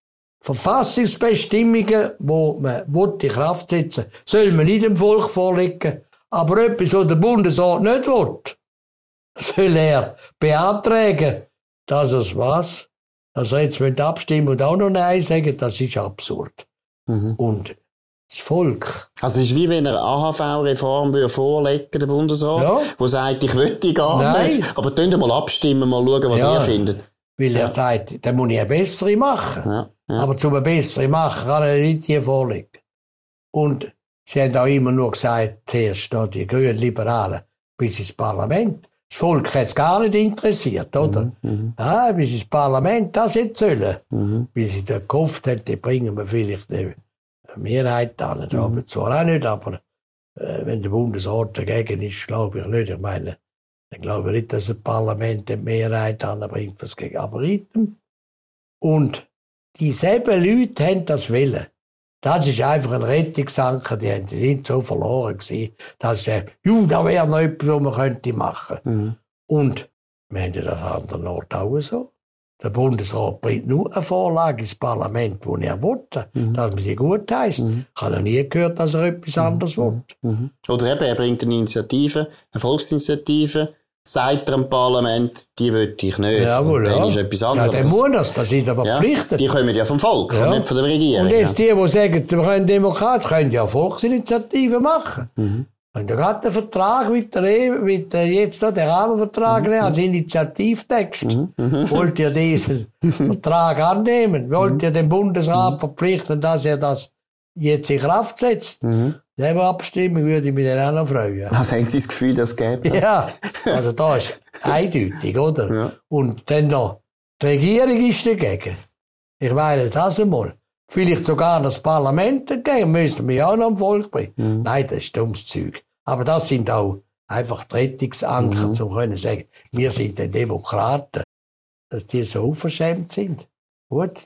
Verfassungsbestimmungen, die man in Kraft setzen will, soll man nicht dem Volk vorlegen. Aber etwas, was der Bundesrat nicht will, soll er beantragen, dass er es was, dass er jetzt abstimmen und auch noch Nein sagen, das ist absurd. Mhm. Und das Volk. Also es ist wie wenn er eine A H V-Reform vorlegen der Bundesrat, ja. Wo sagt, ich will die gar Nein. nicht, aber könnt ihr mal abstimmen, mal schauen, was ja. ihr findet. Weil ja. er sagt, dann muss ich eine bessere machen. Ja. Ja. Aber zum eine bessere machen kann er nicht die vorlegen. Und sie haben auch immer nur gesagt, zuerst die grünen Liberalen bis ins Parlament. Das Volk hat es gar nicht interessiert, oder? Mhm. Ah, bis ins Parlament, das jetzt sollen. Mhm. Weil sie da gehofft haben, die bringen wir vielleicht eine Mehrheit an. Mhm. Aber zwar auch nicht, aber äh, wenn der Bundesrat dagegen ist, glaube ich nicht. Ich meine, dann glaube ich nicht, dass das Parlament eine Mehrheit anbringt, was gegen Abriten. Und dieselben Leute haben das wollen. Das ist einfach ein Rettungsanker, die, die sind so verloren gewesen, dass sie sagen, ju, da wäre noch etwas, was man könnte machen. Mhm. Und wir haben ja das an der Nord auch so. Der Bundesrat bringt nur eine Vorlage ins Parlament, die er will, mhm. dass man sie gut heisst. Mhm. Ich habe noch nie gehört, dass er etwas mhm. anderes will. Mhm. Oder eben, er bringt eine Initiative, eine Volksinitiative, sagt er im Parlament, die will ich nicht. Jawohl, dann ja. ist etwas anderes. Ja, dann muss das, das ist aber verpflichtet. Ja, die kommen ja vom Volk, ja. nicht von der Regierung. Und jetzt die, die sagen, wir können Demokraten, können ja Volksinitiativen machen. Mhm. Und da hat der Vertrag mit der, E U, mit der jetzt noch, der Rahmenvertrag, mhm. als Initiativtext. Mhm. Mhm. Wollt ihr diesen Vertrag annehmen? Wollt ihr den Bundesrat mhm. verpflichten, dass er das jetzt in Kraft setzt? Mhm. Selber Abstimmung würde ich mich dann auch noch freuen. Also haben Sie das Gefühl, das gäbe es? Ja, also da ist eindeutig, oder? Ja. Und dann noch, die Regierung ist dagegen. Ich meine, das einmal. Vielleicht sogar das Parlament dagegen, müssen wir auch noch am Volk bringen. Mhm. Nein, das ist dummes Zeug. Aber das sind auch einfach die Rettungsanker, mhm. um können sagen, wir sind die Demokraten, dass die so unverschämt sind. Gut.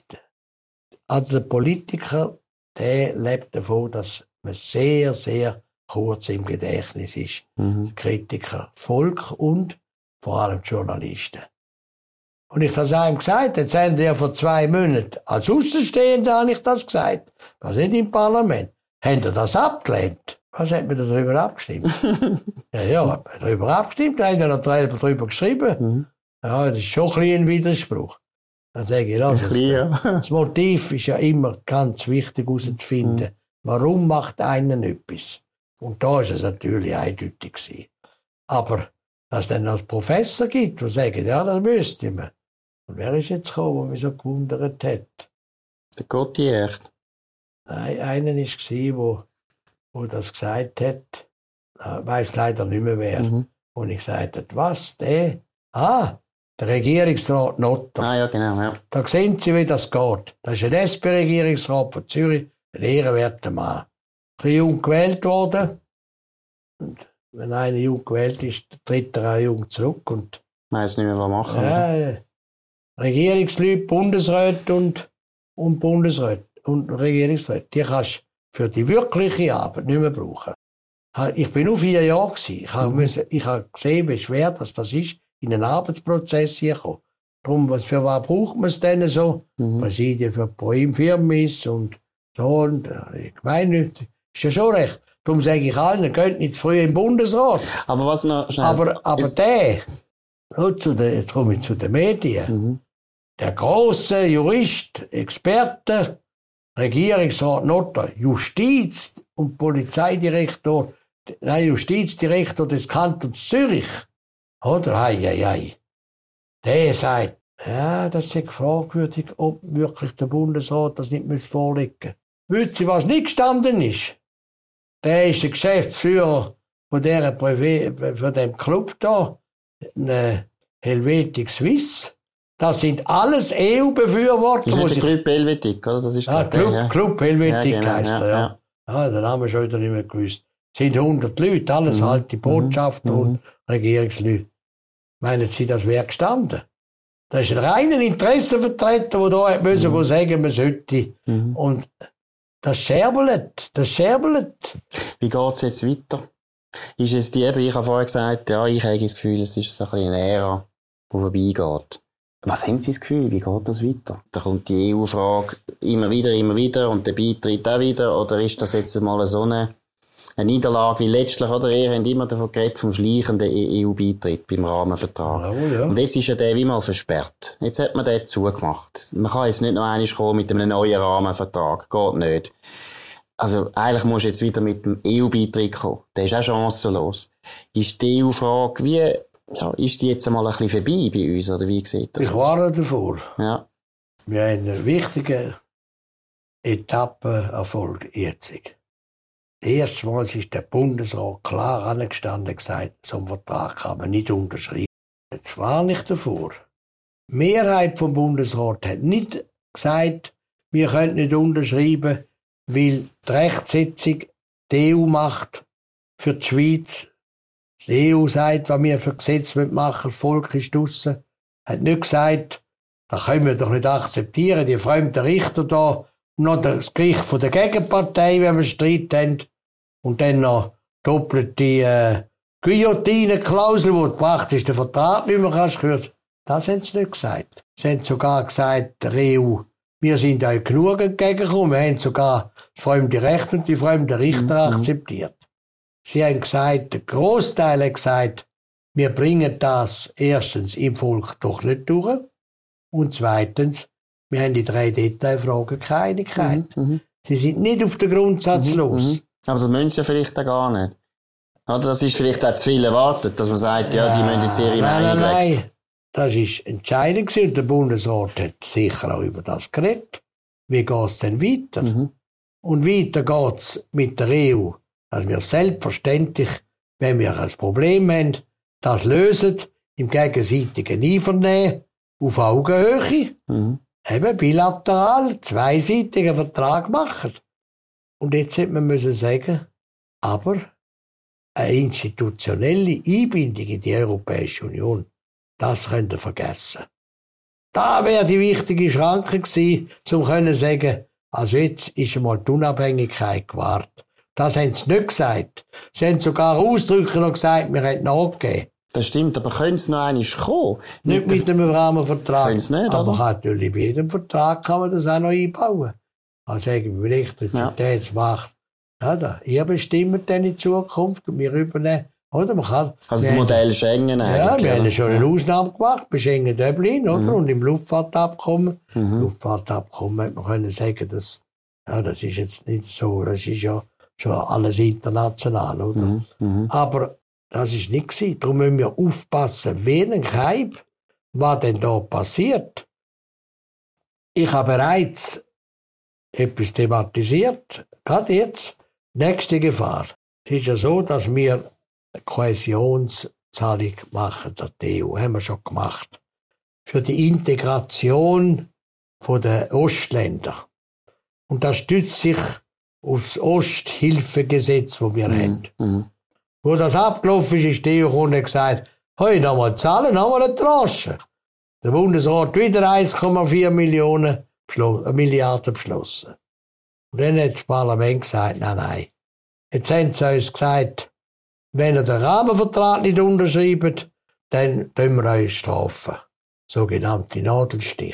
Also der Politiker, der lebt davon, dass man sehr, sehr kurz im Gedächtnis ist. Mhm. Kritiker, Volk und vor allem Journalisten. Und ich habe es einem gesagt, jetzt haben die ja vor zwei Monaten, als Außenstehender habe ich das gesagt, was nicht im Parlament, haben die das abgelehnt. Was hat man darüber abgestimmt? ja, ja, hat man darüber abgestimmt, da haben die noch darüber geschrieben. Mhm. Ja, das ist schon ein bisschen ein Widerspruch. Dann sage ich, ja, das, ja. das Motiv ist ja immer ganz wichtig herauszufinden. Mhm. Warum macht einer etwas? Und da war es natürlich eindeutig gewesen. Aber, dass es dann noch einen Professor gibt, der sagt, ja, das müsste man. Und wer ist jetzt gekommen, der mich so gewundert hat? Der Gautier. Nein, einer war es, der, der das gesagt hat. Ich weiss leider nicht mehr wer. Mhm. Und ich gesagt habe, was, der? Ah, der Regierungsrat Notter. Ah, ja, genau, ja. Da sehen Sie, wie das geht. Das ist ein S P-Regierungsrat von Zürich. Ein ehrenwerter Mann. Ein bisschen jung gewählt worden. Und wenn einer jung gewählt ist, tritt er auch jung zurück. Und weiss nicht mehr, was machen. Ja, Regierungsleute, Bundesräte und, und Bundesräte und Regierungsräte, die kannst du für die wirkliche Arbeit nicht mehr brauchen. Ich bin nur vier Jahre gewesen. Ich habe, müssen, ich habe gesehen, wie schwer das, das ist, in einen Arbeitsprozess hier zu kommen. Darum, was, für was braucht man es denn so? Mhm. Präsidien für Firmen und so, und ich meine, ist ja schon recht. Darum sage ich allen, geht nicht zu früh im Bundesrat. Aber was noch schnell? Aber, aber der, nur zu den, jetzt komme ich zu den Medien, mhm. der grosse Jurist, Experte, Regierungsrat Notter, Justiz- und Polizeidirektor, nein, Justizdirektor des Kantons Zürich, oder? Hei, hei, hei. Der sagt, ja, das ist fragwürdig, ob wirklich der Bundesrat das nicht vorlegen müsste. Wisst ihr, was nicht gestanden ist? Der ist der Geschäftsführer von, der Privé, von dem Club da, eine Helvetic Suisse. Das sind alles E U-Befürworter. Das ist der Club Helvetic, oder? Das ist ah, Club, ja. Club Helvetic ja, genau, heisst er, ja. ja. Ah, den haben wir schon wieder nicht mehr gewusst. Es sind hundert Leute, alles mhm. halt die Botschafter mhm. und Regierungsleute. Meinen Sie, das wäre gestanden? Das ist ein reiner Interessenvertreter, der da müssen mhm. sagen, man sollte. Mhm. Und das scherbelt, das scherbelt. Wie geht's jetzt weiter? Ist es die, ich habe vorher gesagt, ja, ich habe das Gefühl, es ist so ein bisschen eine Ära, die vorbeigeht. Was haben Sie das Gefühl? Wie geht das weiter? Da kommt die E U-Frage immer wieder, immer wieder und der Beitritt auch wieder. Oder ist das jetzt mal so eine, eine Niederlage wie letztlich? Oder ihr habt immer davon geredet, vom schleichenden E U-Beitritt beim Rahmenvertrag. Ja, ja. Und jetzt ist ja der wie mal versperrt. Jetzt hat man den zugemacht. Man kann jetzt nicht noch einmal kommen mit einem neuen Rahmenvertrag. Geht nicht. Also eigentlich musst du jetzt wieder mit dem E U-Beitritt kommen. Der ist auch chancenlos. Ist die E U-Frage wie... Ja, ist die jetzt einmal ein bisschen vorbei bei uns, oder wie sieht das aus? Ich warne davor. Ja. Wir haben einen wichtigen Etappenerfolg jetzt. Erstmals ist der Bundesrat klar angestanden und gesagt, so einen Vertrag kann man nicht unterschreiben. Jetzt warne ich davor. Die Mehrheit vom Bundesrat hat nicht gesagt, wir können nicht unterschreiben, weil die Rechtsetzung die E U macht für die Schweiz. Die E U sagt, was wir für Gesetze machen, das Volk ist draussen. Hat nicht gesagt, das können wir doch nicht akzeptieren, die fremden Richter da, und noch das Gericht von der Gegenpartei, wenn wir Streit haben, und dann noch doppelt die äh, Guillotine-Klausel, die gebracht ist, den Vertrag nicht mehr kannst kürzen. Das haben sie nicht gesagt. Sie haben sogar gesagt, der E U, wir sind euch genug entgegengekommen, wir haben sogar das fremde Recht und die fremden Richter mhm. akzeptiert. Sie haben gesagt, der Großteil hat gesagt, wir bringen das erstens im Volk doch nicht durch und zweitens, wir haben die drei Detailfragen keine Einigkeit. Mhm. Sie sind nicht auf den Grundsatz mhm. los. Mhm. Aber das müssen sie ja vielleicht auch gar nicht. Oder das ist vielleicht auch zu viel erwartet, dass man sagt, ja, die müssen jetzt ihre nein, Meinung nein, wechseln. Nein, das war entscheidend und der Bundesrat hat sicher auch über das geredet. Wie geht es denn weiter? Mhm. Und weiter geht es mit der E U. Dass wir selbstverständlich, wenn wir ein Problem haben, das lösen, im gegenseitigen Einvernehmen, auf Augenhöhe, mhm. eben bilateral, zweiseitigen Vertrag machen. Und jetzt hätte man müssen sagen, aber eine institutionelle Einbindung in die Europäische Union, das könnt ihr vergessen. Da wäre die wichtige Schranke gewesen, um zu sagen, also jetzt ist einmal die Unabhängigkeit gewahrt. Das haben sie nicht gesagt. Sie haben sogar ausdrücklich noch gesagt, wir hätten nachgegeben. Das stimmt, aber können sie noch einmal kommen? Nicht mit, mit einem Rahmenvertrag. Können sie nicht, aber oder? natürlich bei jedem Vertrag kann man das auch noch einbauen. Also sagen wir, Elektrizitätsmacht. Ja. Ja, ihr bestimmt dann in Zukunft und wir übernehmen. Oder man kann, also das Modell haben, Schengen eigentlich. Ja, wir haben schon eine Ausnahme gemacht bei Schengen-Dublin, oder? Mhm. Und im Luftfahrtabkommen. Mhm. Luftfahrtabkommen hat man können sagen, dass, ja, das ist jetzt nicht so, das ist ja schon alles international, oder? Mhm, mh. Aber das ist nicht gewesen. Darum müssen wir aufpassen, wen Keim, was denn da passiert. Ich habe bereits etwas thematisiert, gerade jetzt. Nächste Gefahr. Es ist ja so, dass wir eine Kohäsionszahlung machen, der E U, haben wir schon gemacht. Für die Integration der Ostländer. Und das stützt sich auf das Osthilfegesetz, das wir mhm. haben. Mhm. Wo das abgelaufen ist, ist die E U gekommen und gesagt, hey, nochmal zahlen, nochmal eine Tranche. Der Bundesrat wieder eins Komma vier Millionen beschlossen, Milliarden beschlossen. Und dann hat das Parlament gesagt, nein, nein. Jetzt haben sie uns gesagt, wenn ihr den Rahmenvertrag nicht unterschreibt, dann tun wir euch strafen. Sogenannte Nadelstich.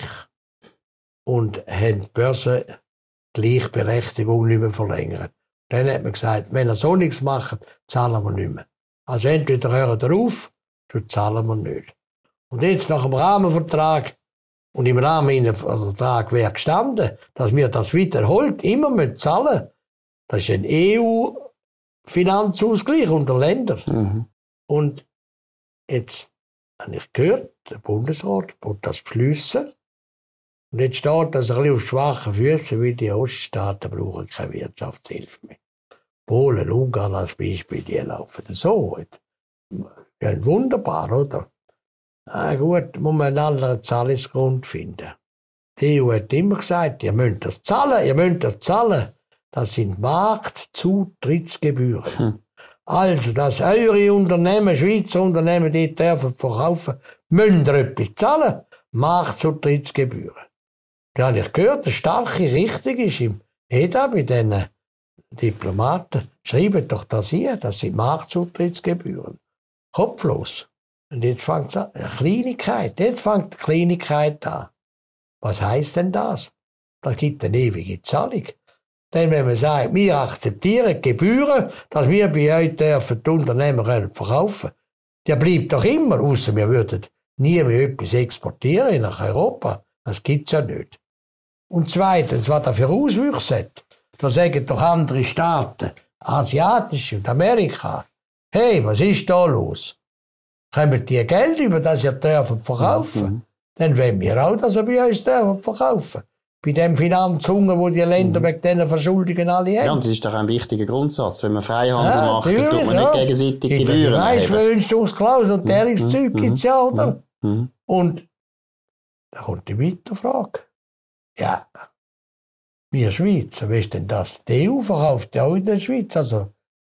Und haben die Börsengleichberechtigung nicht mehr verlängert. Dann hat man gesagt, wenn ihr so nichts macht, zahlen wir nicht mehr. Also entweder hören wir auf, sonst zahlen wir nicht. Und jetzt nach dem Rahmenvertrag, und im Rahmen des Vertrags wäre gestanden, dass wir das wiederholt immer mit zahlen. Das ist ein E U-Finanzausgleich unter Ländern. Mhm. Und jetzt habe ich gehört, der Bundesrat wird das beschliessen. Und jetzt steht das ein bisschen auf schwachen Füßen, weil die Oststaaten brauchen keine Wirtschaftshilfe mehr. Polen, Ungarn als Beispiel, die laufen so. Ja, wunderbar, oder? Ah, gut, muss man einen anderen Zahlungsgrund finden. Die E U hat immer gesagt, ihr müsst das zahlen, ihr müsst das zahlen. Das sind Marktzutrittsgebühren. Hm. Also, dass eure Unternehmen, Schweizer Unternehmen, die dürfen verkaufen, müsst ihr etwas zahlen. Marktzutrittsgebühren. Da habe ich gehört, eine starke Richtung ist im E D A bei diesen Diplomaten. Schreibt doch das hier, das sind Marktzutrittsgebühren. Kopflos. Und jetzt fängt es an. Eine Kleinigkeit. Jetzt fängt die Kleinigkeit an. Was heisst denn das? Das gibt eine ewige Zahlung. Denn wenn man sagt, wir akzeptieren Gebühren, dass wir bei euch dürfen die Unternehmen können verkaufen, der bleibt doch immer, ausser wir würden nie mehr etwas exportieren nach Europa. Das gibt's ja nicht. Und zweitens, was das für Auswüchse hat, da sagen doch andere Staaten, asiatische und Amerika, hey, was ist da los? Kommen die Geld über das ihr dürfen verkaufen? Mhm. Dann wollen wir auch, dass ihr bei uns dürfen verkaufen. Bei dem Finanzhunger, wo die Länder mhm. wegen diesen Verschuldungen alle haben. Ja, und das ist doch ein wichtiger Grundsatz. Wenn man Freihandel ja, macht, dann tut man ja. nicht gegenseitig Gebühren erheben. Leistungsklausel und derlings Zeug mhm. gibt's ja, oder? Mhm. Und da kommt die Weiterfrage. Ja, wir Schweizer, wie ist denn das? Die E U verkauft ja auch in der Schweiz, also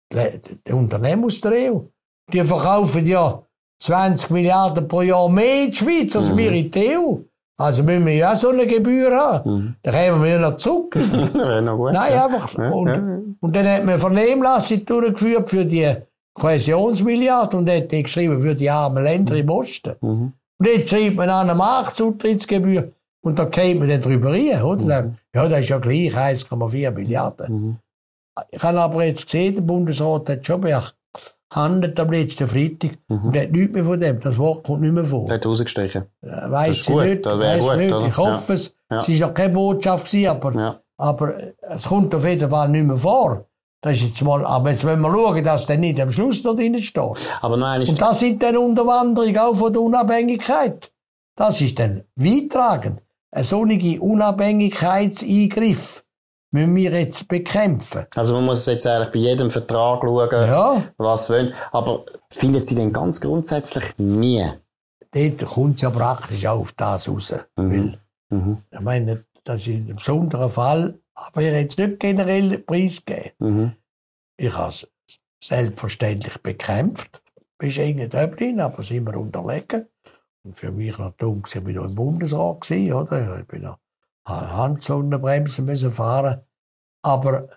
die Unternehmen aus der E U. Die verkaufen ja zwanzig Milliarden pro Jahr mehr in die Schweiz als mhm. wir in der E U. Also müssen wir ja so eine Gebühr haben. Mhm. Dann kommen wir ja noch zurück. Wäre noch gut. Nein, ja. einfach. Ja, und, ja. und dann hat man eine Vernehmlassung durchgeführt für die Kohäsionsmilliarde und hat die geschrieben für die armen Länder im Osten. Mhm. Und jetzt schreibt man an eine Marktzutrittsgebühr und da geht man dann drüber rein, oder? Mhm. Ja, das ist ja gleich eins Komma vier Milliarden. Mhm. Ich habe aber jetzt gesehen, der Bundesrat hat schon behandelt am letzten Freitag mhm. und hat nichts mehr von dem. Das Wort kommt nicht mehr vor. Hat rausgestrichen. Äh, weiss ich nicht, weiss gut, nicht. Oder? Ich hoffe es. Ja. Es war noch keine Botschaft gewesen, aber, ja. aber es kommt auf jeden Fall nicht mehr vor. Das ist jetzt mal, aber jetzt wollen wir schauen, dass der nicht am Schluss noch drin steht. Aber nein, ist und das sind dann Unterwanderungen auch von der Unabhängigkeit. Das ist dann weittragend. Ein solcher Unabhängigkeitseingriff müssen wir jetzt bekämpfen. Also man muss jetzt eigentlich bei jedem Vertrag schauen, ja. was wollen. Aber finden Sie denn ganz grundsätzlich nie? Dort kommt es ja praktisch auch auf das raus. Mhm. Weil, mhm. Ich meine, das ist ein besonderer Fall, aber ich hätte es nicht generell preisgegeben. Mhm. Ich habe es selbstverständlich bekämpft. Bis in Dublin, aber sind wir unterlegen. Und für mich noch dumm, ich war noch im Bundesrat, gewesen, oder? Ich bin noch Handsonnenbremsen müssen fahren. Aber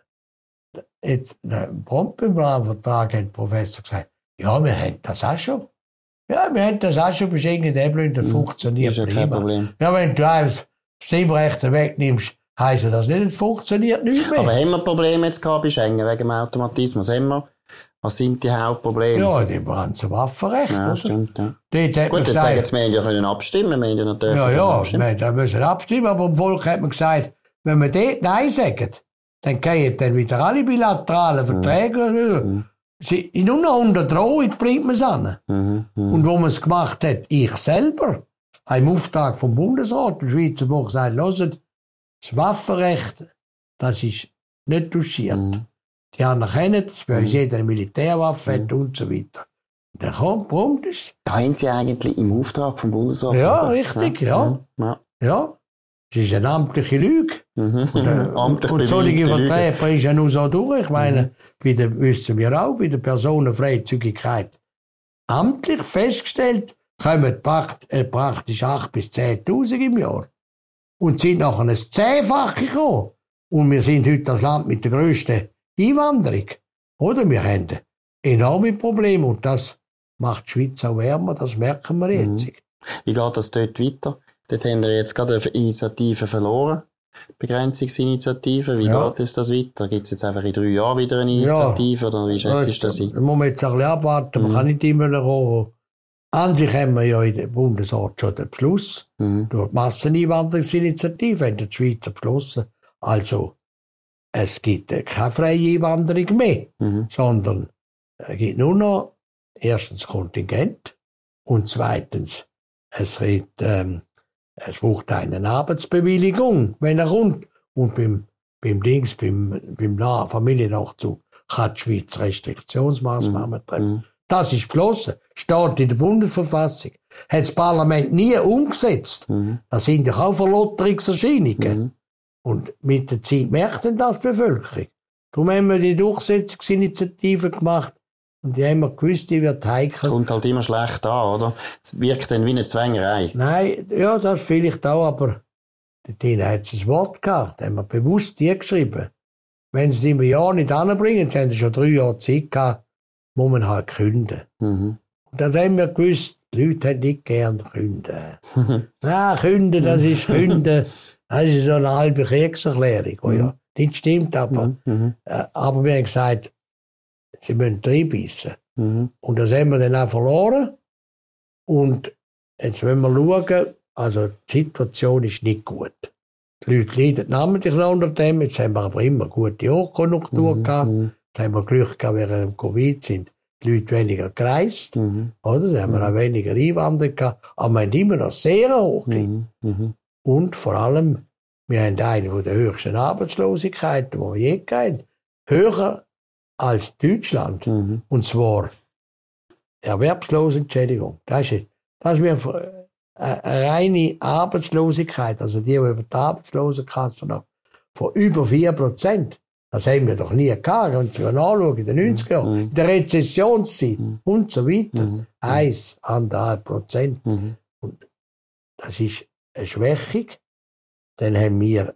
jetzt, prompt beim Rahmenvertrag hat der Professor gesagt, ja, wir haben das auch schon. Ja, wir haben das auch schon, bis in Dublin, das funktioniert prima. Das ist ja kein Problem. Ja, wenn du das Stimmrecht wegnimmst, heisst das nicht, es funktioniert nicht mehr. Aber haben wir Probleme jetzt gehabt bei Schengen wegen dem Automatismus? Haben wir? Was sind die Hauptprobleme? Ja, die ganze Waffenrecht. Ja, oder? Stimmt, ja. Dort hat Gut, jetzt sagen jetzt, wir ja können abstimmen, wir ja noch dürfen ja, ja, abstimmen. Wir müssen abstimmen, aber im Volk hat man gesagt, wenn wir dort Nein sagen, dann gehen dann wieder alle bilateralen Verträge. Mhm. Sie, nur noch unter Drohung bringt man es an. Mhm, mh. Und wo man es gemacht hat, ich selber, habe im Auftrag vom Bundesrat, der Schweizer Volk gesagt, hört, das Waffenrecht, das ist nicht touchiert. Mhm. Die anerkennen, dass bei uns jeder eine Militärwaffe hat und so weiter. Und dann kommt, warum das? Da haben Sie eigentlich im Auftrag vom Bundesrat. Ja, richtig, ja. Ja. ja. Das ist eine amtliche Lüge. Mhm. Und, äh, Amtlich und solche Verträge bringen ja nur so durch. Ich meine, mhm. bei der, wissen wir auch, bei der Personenfreizügigkeit amtlich festgestellt, kommen praktisch achttausend bis zehntausend im Jahr. Und sind nachher ein Zehnfache gekommen. Und wir sind heute das Land mit der grössten Einwanderung. Oder? Wir haben enorme Probleme und das macht die Schweiz auch wärmer, das merken wir jetzt. Mhm. Wie geht das dort weiter? Dort haben wir jetzt gerade eine Initiative verloren. Begrenzungsinitiative. Wie ja. geht es das weiter? Gibt es jetzt einfach in drei Jahren wieder eine Initiative? Ja. Oder wie schätzt du das ein? Da muss man jetzt ein bisschen abwarten. Man mhm. kann nicht immer kommen. An sich haben wir ja in der Bundesrat schon den Beschluss. Mhm. Durch die Masseneinwanderungsinitiative haben die Schweizer beschlossen. Also, es gibt keine freie Einwanderung mehr, mhm. sondern es gibt nur noch erstens Kontingent und zweitens, es, gibt, ähm, es braucht eine Arbeitsbewilligung, wenn er kommt. Und beim, beim Dings, beim, beim Familiennachzug kann die Schweiz Restriktionsmaßnahmen mhm. treffen. Das ist beschlossen, steht in der Bundesverfassung. Hat das Parlament nie umgesetzt. Mhm. Das sind ja auch Verlotterungserscheinungen. Mhm. Und mit der Zeit merkt dann das die Bevölkerung. Darum haben wir die Durchsetzungsinitiative gemacht. Und die haben wir gewusst, die wird heikel. Kommt halt immer schlecht an, oder? Es wirkt dann wie eine Zwängerei. Nein, ja, das vielleicht auch, aber dort hat es ein Wort gehabt. Da haben wir bewusst die geschrieben. Wenn sie es im Jahr nicht anbringen, dann haben sie schon drei Jahre Zeit gehabt, muss man halt künden. Mhm. Und dann haben wir gewusst, die Leute haben nicht gern künden. Nein, künden, das ist künden. Das ist so eine halbe Kriegserklärung, die ja nicht stimmt, aber, mhm. äh, aber wir haben gesagt, sie müssen reinbissen. Mhm. Und das haben wir dann auch verloren. Und jetzt wollen wir schauen, also die Situation ist nicht gut. Die Leute leiden namentlich unter dem, jetzt haben wir aber immer gute Hochkonjunktur mhm. gehabt. Jetzt haben wir Glück gehabt, während dem Covid sind die Leute weniger gereist, mhm. oder? Da haben wir auch weniger Einwanderer gehabt, aber wir haben immer noch sehr hoch. Mhm. Mhm. Und vor allem, wir haben eine der höchsten Arbeitslosigkeiten, die wir je hatten. Höher als Deutschland. Mhm. Und zwar Erwerbslosenentschädigung. Das ist, das ist mir eine reine Arbeitslosigkeit, also die, die über die Arbeitslosenkasse noch, von über vier Prozent. Das haben wir doch nie gehabt. Wenn Sie anschauen, in den neunziger Jahren, mhm. in der Rezessionszeit mhm. und so weiter. Mhm. Eins, anderthalb Prozent. Mhm. Und das ist eine Schwächung. Dann haben wir,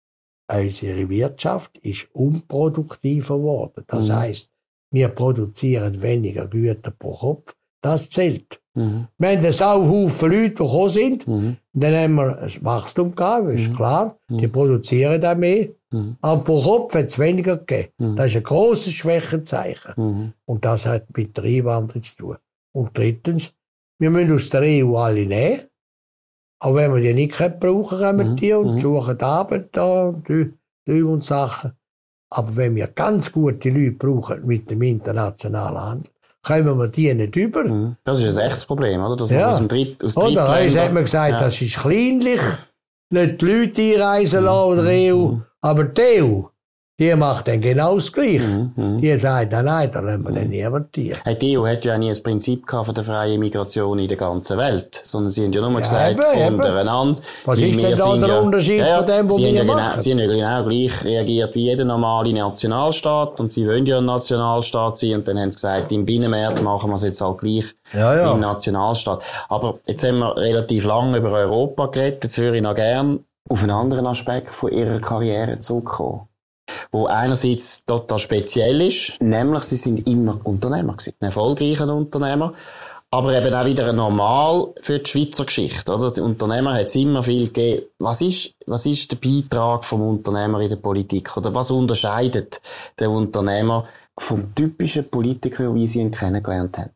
unsere Wirtschaft ist unproduktiver geworden. Das mhm. heisst, wir produzieren weniger Güter pro Kopf. Das zählt. Mhm. Wir haben einen Sauhaufen Leute, die gekommen sind. Mhm. Dann haben wir ein Wachstum gehabt, ist mhm. klar. Die produzieren auch mehr. Mhm. Aber pro Kopf hat es weniger gegeben. Mhm. Das ist ein grosses Schwächenzeichen. Mhm. Und das hat mit der Einwanderung zu tun. Und drittens, wir müssen aus der E U alle nehmen. Aber wenn wir die nicht brauchen, kommen mhm. die und suchen Arbeit da und die, die und Sachen. Aber wenn wir ganz gute Leute brauchen mit dem internationalen Handel, kommen wir die nicht über. Mhm. Das ist ein echtes Problem, oder? Dass ja. man aus dem Dritt, aus Oder eins hat man gesagt, ja. das ist kleinlich, nicht die Leute einreisen lassen oder E U, mhm. aber die E U, die macht dann genau das Gleiche. Mhm. Die sagt, nein, nein, da lassen wir mhm. dann niemand die. Die E U hat ja nie ein Prinzip gehabt von der freien Migration in der ganzen Welt, sondern sie haben ja nur ja, gesagt, eben, untereinander. Was ist denn da der ja, Unterschied ja, von dem, was wir ja machen? Genau, sie haben ja genau gleich reagiert wie jeder normale Nationalstaat und sie wollen ja ein Nationalstaat sein und dann haben sie gesagt, im Binnenmarkt machen wir es jetzt halt gleich ja, ja. im Nationalstaat. Aber jetzt haben wir relativ lange über Europa geredet, jetzt würde ich noch gern auf einen anderen Aspekt von ihrer Karriere zurückkommen. Wo einerseits total speziell ist, nämlich sie sind immer Unternehmer gewesen, ein erfolgreicher Unternehmer, aber eben auch wieder normal für die Schweizer Geschichte, oder? Die Unternehmer hat es immer viel gegeben. Was ist, was ist der Beitrag vom Unternehmer in der Politik, oder was unterscheidet den Unternehmer vom typischen Politiker, wie sie ihn kennengelernt haben?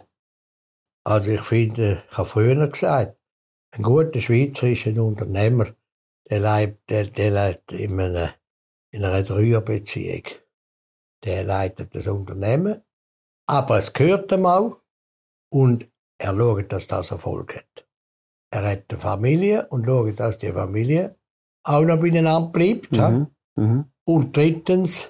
Also ich finde, ich habe früher gesagt, ein guter Schweizer ist ein Unternehmer, der lebt, der, der lebt in einer in einer Dreierbeziehung. Der leitet das Unternehmen, aber es gehört ihm auch und er schaut, dass das Erfolg hat. Er hat eine Familie und schaut, dass die Familie auch noch beieinander bleibt. Mhm. Mhm. Und drittens,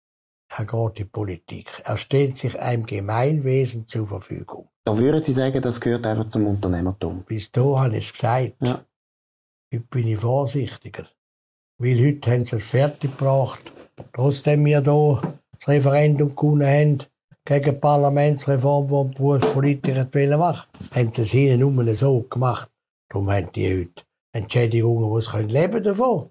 er geht in die Politik. Er stellt sich einem Gemeinwesen zur Verfügung. Da würden Sie sagen, das gehört einfach zum Unternehmertum? Bis da habe ich es gesagt. Ja. Heute bin ich vorsichtiger. Weil heute haben sie es fertiggebracht. Trotzdem wir hier das Referendum gewonnen haben, gegen die Parlamentsreform, die die Berufspolitiker machen wollten, haben sie es hinten nur so gemacht. Darum haben die heute Entschädigungen, die sie leben davon.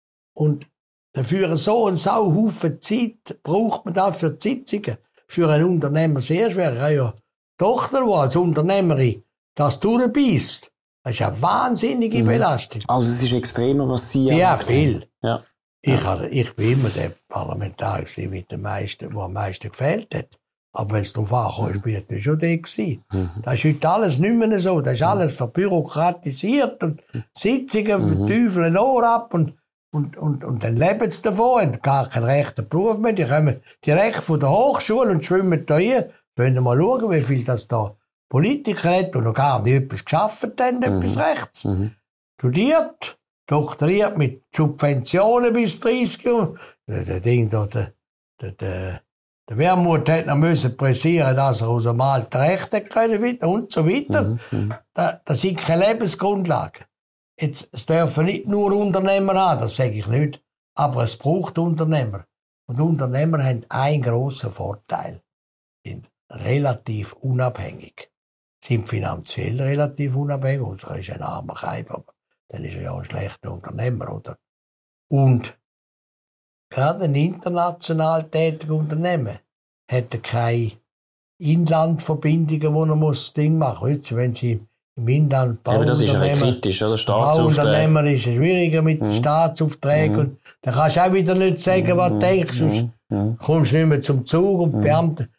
Und dafür so einen Sauhaufen Zeit braucht man da für die Sitzungen. Für einen Unternehmer sehr schwer. Ich habe ja eine Tochter, die als Unternehmerin das durchbeißt. Das ist eine wahnsinnige Belastung. Also es ist extremer, was Sie Ja, viel. Ja. Ich, hatte, ich bin immer der Parlamentarier mit dem meisten, der am meisten gefehlt hat. Aber wenn es darauf ankommt, bin ich schon der gewesen. Mhm. Das ist heute alles nicht mehr so. Das ist alles verbürokratisiert und Sitzungen mit mhm. Teufel ein Ohr ab und, und, und, und dann leben sie davon, haben gar keinen rechten Beruf mehr. Die kommen direkt von der Hochschule und schwimmen da hier. Wollen wir mal schauen, wie viel das da Politiker hat, die noch gar nicht etwas geschafft haben, mhm. etwas rechts. Mhm. Studiert, doktoriert mit Subventionen bis dreißig Jahre. Der, der Ding da, der, der, der, der Wermut hat noch müssen pressieren, dass er aus dem alten Recht hat können und so weiter. Mhm. Da, das sind keine Lebensgrundlagen. Jetzt, es dürfen nicht nur Unternehmer haben, das sage ich nicht. Aber es braucht Unternehmer. Und Unternehmer haben einen grossen Vorteil. relativ unabhängig. Sind finanziell relativ unabhängig. Unser ist ein armer Keib, aber dann ist er ja auch ein schlechter Unternehmer, oder? Und gerade ein international tätiges Unternehmen hätte keine Inlandverbindungen, wo er muss Ding machen muss. Wenn sie im Inland bauen. Ja, aber das ist ja kritisch, oder? Bauunternehmer ist es schwieriger mit mhm. Staatsaufträgen. Mhm. Und dann kannst du auch wieder nicht sagen, was du denkst, sonst mhm. kommst du nicht mehr zum Zug und mhm. Beamte.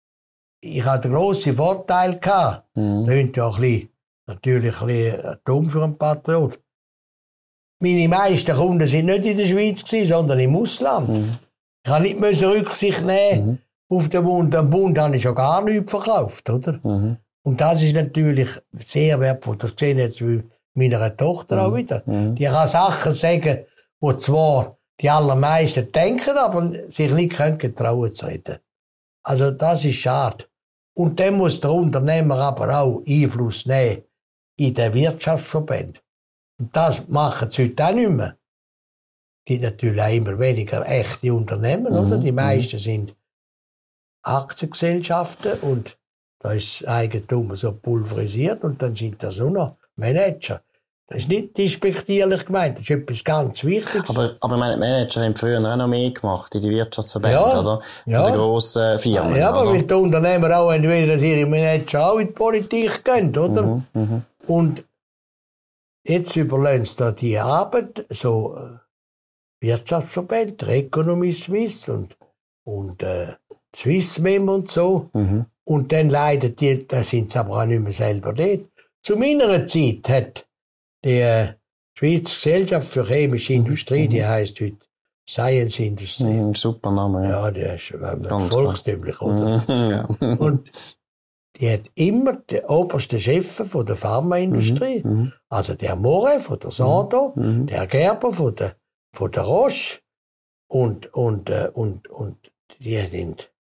Ich hatte einen grossen Vorteil gehabt. Mhm. Das ist ja ein bisschen, natürlich ein bisschen dumm für einen Patriot. Meine meisten Kunden waren nicht in der Schweiz gewesen, sondern im Ausland. Mhm. Ich musste nicht Rücksicht nehmen mhm. auf den Bund. Am Bund habe ich schon gar nichts verkauft, oder? Mhm. Und das ist natürlich sehr wertvoll. Das sehe ich jetzt bei meiner Tochter mhm. auch wieder. Mhm. Die kann Sachen sagen, die zwar die allermeisten denken, aber sich nicht können trauen zu reden. Also das ist schade. Und dann muss der Unternehmer aber auch Einfluss nehmen in den Wirtschaftsverbänden. Und das machen sie heute auch nicht mehr. Es gibt natürlich auch immer weniger echte Unternehmen, mhm. oder? Die meisten sind Aktiengesellschaften und da ist das Eigentum so pulverisiert und dann sind das nur noch Manager. Das ist nicht despektierlich gemeint, das ist etwas ganz Wichtiges. Aber, aber meine Manager haben früher auch noch mehr gemacht in die Wirtschaftsverbände, ja, oder? Von ja. den grossen Firmen. Ja, aber weil die Unternehmer auch wollen, dass ihre Manager auch in die Politik gehen, oder? Mhm, mh. Und jetzt überlassen sie da die Arbeit, so Wirtschaftsverbände, Economy Suisse und, und äh, Swissmem und so. Mhm. Und dann leiden die, da sind sie aber auch nicht mehr selber dort. Zu meiner Zeit hat die äh, Schweizer Gesellschaft für chemische Industrie, mhm. die heisst heute Science Industry. Mhm, super Name, ja. Ja, die ist äh, volkstümlich, oder? Ja. Und die hat immer den obersten Chef von der Pharmaindustrie, mhm. also der Moret von der Sandoz, mhm. der Gerber von der, von der Roche und, und, äh, und, und die sind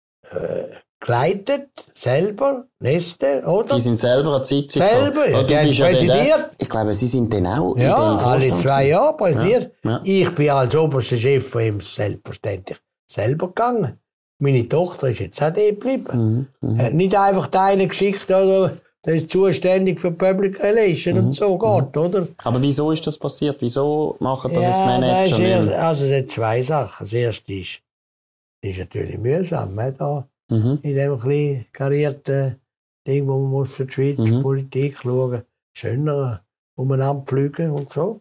äh, geleitet, selber, Neste, oder? Die sind selber an Sitzung. Selber, ja, die haben präsidiert. Ja, ich glaube, sie sind dann auch ja, in dem alle zwei Jahre präsidiert. Ja, ja. Ich bin als oberster Chef von ihm selbstverständlich selber gegangen. Meine Tochter ist jetzt auch da geblieben. Mhm, mh. Nicht einfach einen geschickt, oder? Der ist zuständig für Public Relations mhm, und so geht, oder? Aber wieso ist das passiert? Wieso machen das ja, als Manager? Das ist, also, es sind zwei Sachen. Das erste ist, ist natürlich mühsam, he, da. Mhm. In dem kleinen karierten Ding, wo man muss für die Schweizer mhm. Politik schauen, schöner umeinander fliegen und so.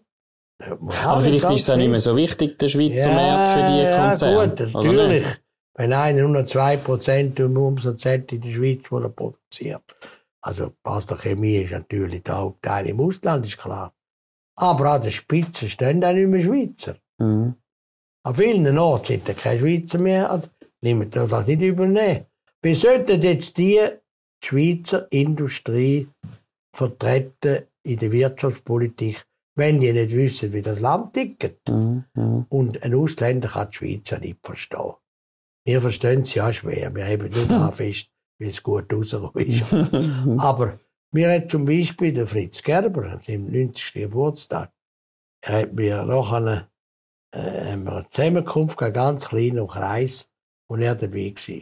Aber vielleicht ist es auch nicht mehr so wichtig, der Schweizer ja, Markt für die Konzerne. Ja, gut, natürlich. Wenn einer nur noch zwei Prozent im Umsatz hat in der Schweiz, wo er produziert. Also Pasta Chemie ist natürlich der Hauptteil im Ausland, ist klar. Aber an der Spitze stehen auch nicht mehr Schweizer. Mhm. An vielen Orten sind da keine Schweizer mehr. Nehmen das auch nicht übernehmen. Wir sollten jetzt die Schweizer Industrie vertreten in der Wirtschaftspolitik, wenn die nicht wissen, wie das Land tickt. Mhm. Und ein Ausländer kann die Schweizer nicht verstehen. Wir verstehen es ja schwer. Wir haben nicht daran fest, wie es gut rausgekommen ist. Aber mir hat zum Beispiel der Fritz Gerber, an seinem neunzigsten Geburtstag, er hat mir noch eine, äh, eine Zusammenkunft, einen ganz kleinen Kreis, wo er dabei war.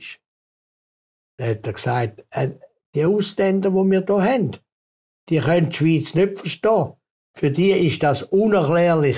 Da hat er gesagt, äh, die Ausländer, die wir hier haben, die können die Schweiz nicht verstehen. Für die ist das unerklärlich.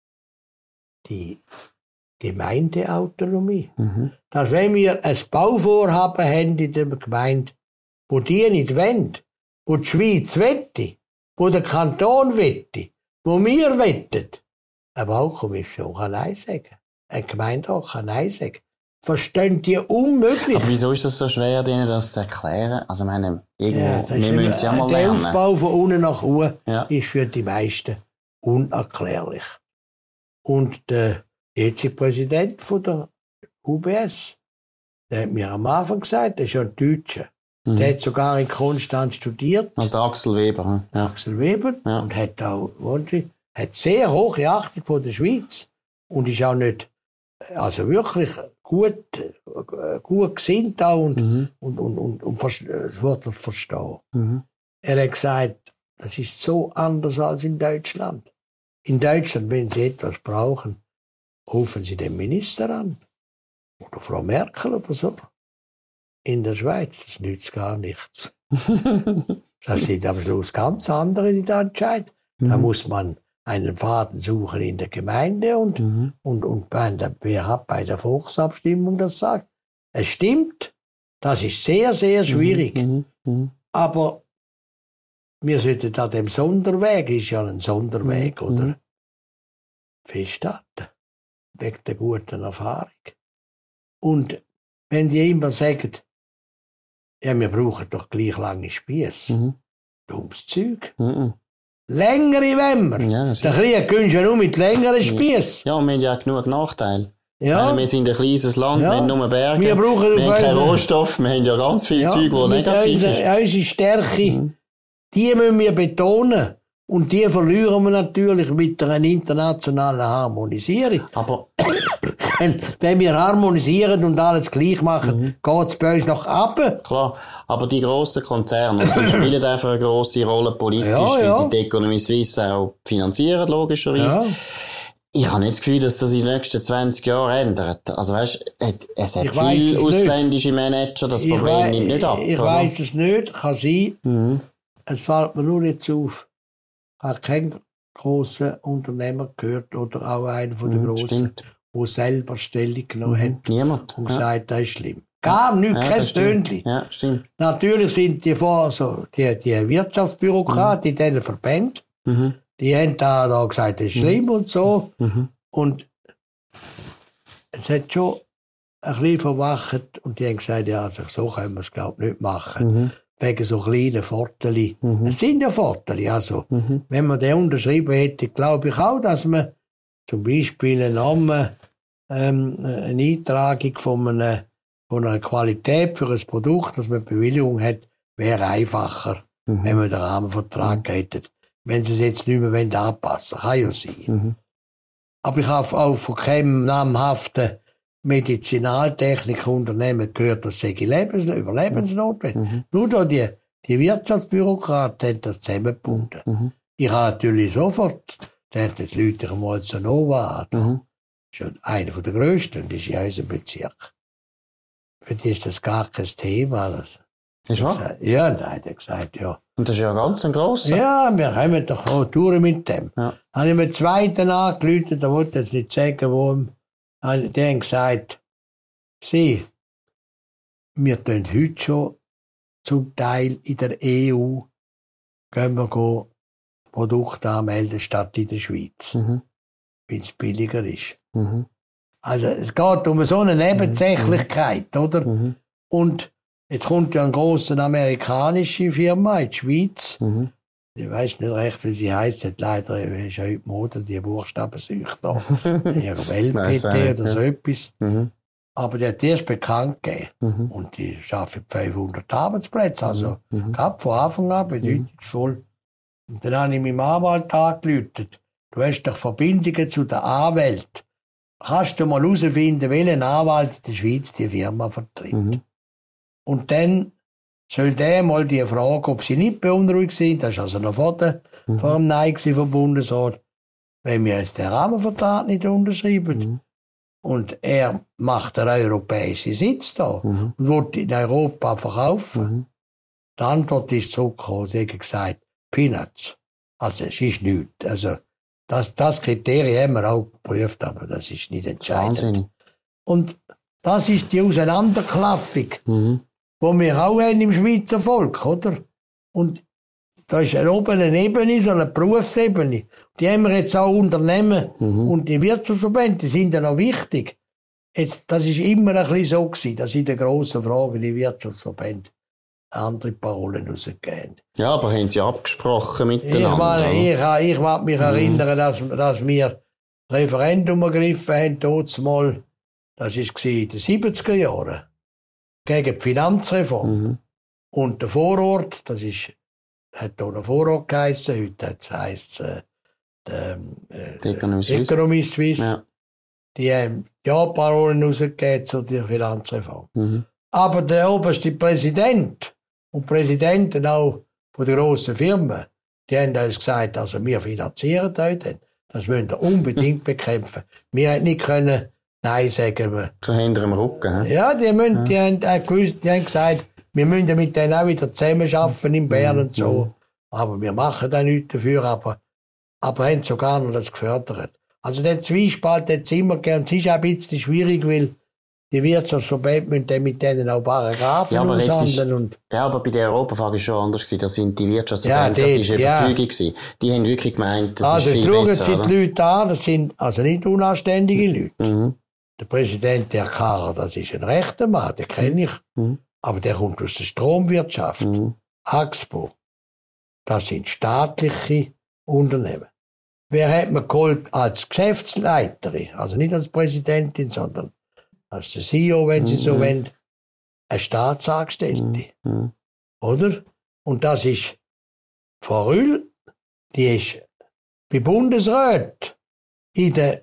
Die Gemeindeautonomie. Mhm. Dass wenn wir ein Bauvorhaben haben in der Gemeinde, wo die nicht wollen, wo die Schweiz wette, wo der Kanton wette, wo wir wetten, eine Baukommission kann Nein sagen. Ein Gemeinderat kann Nein sagen. Verstehen die unmöglich. Aber wieso ist das so schwer, denen das zu erklären? Also, ich meine, irgendwo, ja, wir müssen es ja mal lernen. Der Aufbau von unten nach oben ja. ist für die meisten unerklärlich. Und der jetzige Präsident von der U B S, der hat mir am Anfang gesagt, der ist ja ein Deutscher. Mhm. Der hat sogar in Konstanz studiert. Also der Axel Weber. Hm? Ja. Axel Weber. Ja. Und hat auch, hat sehr hohe Achtung vor der Schweiz. Und ist auch nicht, also wirklich gut, gut gesinnt auch und, mhm. und, und, und, und das Wort verstehen. Mhm. Er hat gesagt, das ist so anders als in Deutschland. In Deutschland, wenn sie etwas brauchen, rufen sie den Minister an. Oder Frau Merkel oder so. in der Schweiz, das nützt gar nichts. Das sind am Schluss ganz andere, die da entscheiden. Mhm. Da muss man einen Faden suchen in der Gemeinde und, mhm. und, und bei der, wer hat bei der Volksabstimmung das sagt. Es stimmt, das ist sehr, sehr schwierig. Mhm. Mhm. Aber wir sollten an dem Sonderweg, ist ja ein Sonderweg, mhm. oder? Festhalten. Wegen der guten Erfahrung. Und wenn die immer sagen, ja, wir brauchen doch gleich lange Spieße. Mhm. Dummes Zeug. Mhm. Längere wollen wir. Ja, der Krieg gönnst du ja nur mit längeren Spießen. Ja, und wir haben ja genug Nachteile. Ja. Meine, wir sind ein kleines Land, ja. Wir haben nur Berge, wir, brauchen wir haben keinen Rohstoff, wir haben ja ganz viele ja, Zeug, die negativ sind. Unsere Stärke, mhm. die müssen wir betonen. Und die verlieren wir natürlich mit einer internationalen Harmonisierung. Aber wenn wir harmonisieren und alles gleich machen, mhm. geht es bei uns noch ab. Klar, aber die grossen Konzerne, die spielen einfach eine grosse Rolle politisch, ja, weil ja. sie die Economie Suisse auch finanzieren, logischerweise. Ja. Ich habe nicht das Gefühl, dass das in den nächsten zwanzig Jahren ändert. Also weißt, es hat viele ausländische nicht. Manager, das ich Problem wei- nimmt nicht ab. Ich weiss es nicht, kann sein. Mhm. Es fällt mir nur jetzt auf. Ich habe keinen grossen Unternehmer gehört oder auch einen von den mhm, grossen, der selber Stellung genommen mhm. hat. Niemand. Und gesagt, ja. das ist schlimm. Gar nichts, ja, kein Stündchen. Ja, stimmt. Natürlich sind die vor, so, die, die Wirtschaftsbürokraten, mhm. in diesen Verbänden, mhm. die haben da, da gesagt, das ist schlimm mhm. und so. Mhm. Und es hat schon ein bisschen verwacht und die haben gesagt, ja, also so können wir es, glaube ich, nicht machen. Mhm. Wegen so kleinen Vorteilen. Mhm. Es sind ja Vorteile, also. Mhm. Wenn man den unterschrieben hätte, glaube ich auch, dass man zum Beispiel einen Namen, ähm, eine Eintragung von einer, von einer Qualität für ein Produkt, dass man Bewilligung hat, wäre einfacher, mhm. wenn man den Rahmenvertrag mhm. hätte. Wenn sie es jetzt nicht mehr anpassen wollen. Kann ja sein. Mhm. Aber ich habe auch von keinem namhaften Medizinaltechnikunternehmen gehört, das sei lebens- überlebensnotwendig. Mhm. Nur da die, die Wirtschaftsbürokraten haben das zusammengebunden. Mhm. Ich habe natürlich sofort gedacht, jetzt Leute ich mal zu Nova an. Mhm. Das ist ja einer der grössten, das ist in unserem Bezirk. Für die ist das gar kein Thema. Das, ist wahr? Ja, nein, der hat gesagt, ja. Und das ist ja ganz ein grosser. Ja, wir kommen doch auch durch mit dem. Ja. Dann habe ich mir den zweiten angerufen, der wollte jetzt nicht sagen, wo. Die haben gesagt, sieh, wir tun heute schon zum Teil in der E U, gehen wir go Produkte anmelden statt in der Schweiz, mhm. weil es billiger ist. Mhm. Also es geht um so eine Nebensächlichkeit, mhm. oder? Mhm. Und jetzt kommt ja eine grosse amerikanische Firma in die Schweiz. Mhm. Ich weiss nicht recht, wie sie heisst. Hat leider ist ja heute Mode, die Buchstabensuche da. Ihre L P T oder so etwas. Mhm. Aber die hat erst bekannt gegeben. Mhm. Und die schafft fünfhundert Arbeitsplätze. Also, mhm. gab von Anfang an bedeutungsvoll. Und dann habe ich meinem Anwalt angerufen. Du hast doch Verbindungen zu der Anwalt. Kannst du mal herausfinden, welchen Anwalt in der Schweiz die Firma vertritt? Mhm. Und dann soll der mal die Frage, ob sie nicht beunruhigt sind, das war also noch vor, der, mhm. vor dem Nein vom Bundesrat, wenn wir jetzt den Rahmenvertrag nicht unterschreiben. Mhm. Und er macht einen europäischen Sitz da mhm. und will in Europa verkaufen. Mhm. Die Antwort ist zurückgekommen, sie haben gesagt, Peanuts. Also es ist nichts. Also das, das Kriterium haben wir auch geprüft, aber das ist nicht entscheidend. Wahnsinn. Und das ist die Auseinanderklaffung. Mhm. Wo wir auch haben im Schweizer Volk, oder? Und da ist eine oben eine Ebene, so eine Berufsebene. Die haben wir jetzt auch Unternehmen. Mhm. Und die Wirtschaftsverbände, die sind ja noch wichtig. Jetzt, das ist immer ein bisschen so gewesen, dass in der grossen Frage die Wirtschaftsverbände andere Parolen rausgegeben. Ja, aber haben sie abgesprochen miteinander? Ich meine, ich, ich mag mich mhm. erinnern, dass, dass wir Referendum ergriffen haben, dort mal, das war in den siebziger Jahren. Gegen die Finanzreform. Mhm. Und der Vorort, das ist, hat hier noch Vorort geheissen, heute heisst es äh, der, äh, Economie Suisse. Ja. Die haben Ja-Parolen rausgegeben zu der Finanzreform. Mhm. Aber der oberste Präsident und Präsidenten auch von den grossen Firmen, die haben uns gesagt, also wir finanzieren euch dann. Das müssen wir unbedingt bekämpfen. Wir hätten nicht können Nein sagen wir. So hinter dem Rücken, he? Ja, die, müssen, die, haben, äh, gewusst, die haben gesagt, wir müssen mit denen auch wieder zusammenarbeiten in Bern mhm. und so. Aber wir machen da nichts dafür, aber, aber haben sogar noch das gefördert. Also der Zwiespalt hat es immer gegeben. Es ist auch ein bisschen schwierig, weil die Wirtschaftsverbände mit denen auch Paragraphen ja, aushandeln. Und ja, aber bei der Europafrage ist schon anders gewesen. Das sind die Wirtschaftsverbände, ja, das ist Überzeugung ja. gewesen. Die haben wirklich gemeint, das also, ist viel besser. Also schauen Sie die Leute an, das sind also nicht unanständige Leute. Mhm. Der Präsident der Karrer, das ist ein rechter Mann, den kenne ich. Mhm. Aber der kommt aus der Stromwirtschaft. Mhm. Axpo. Das sind staatliche Unternehmen. Wer hat man geholt als Geschäftsleiterin? Also nicht als Präsidentin, sondern als der C E O, wenn Sie so mhm. wollen, eine Staatsangestellte. Mhm. Oder? Und das ist Frau Rühl, die ist bei Bundesrat in der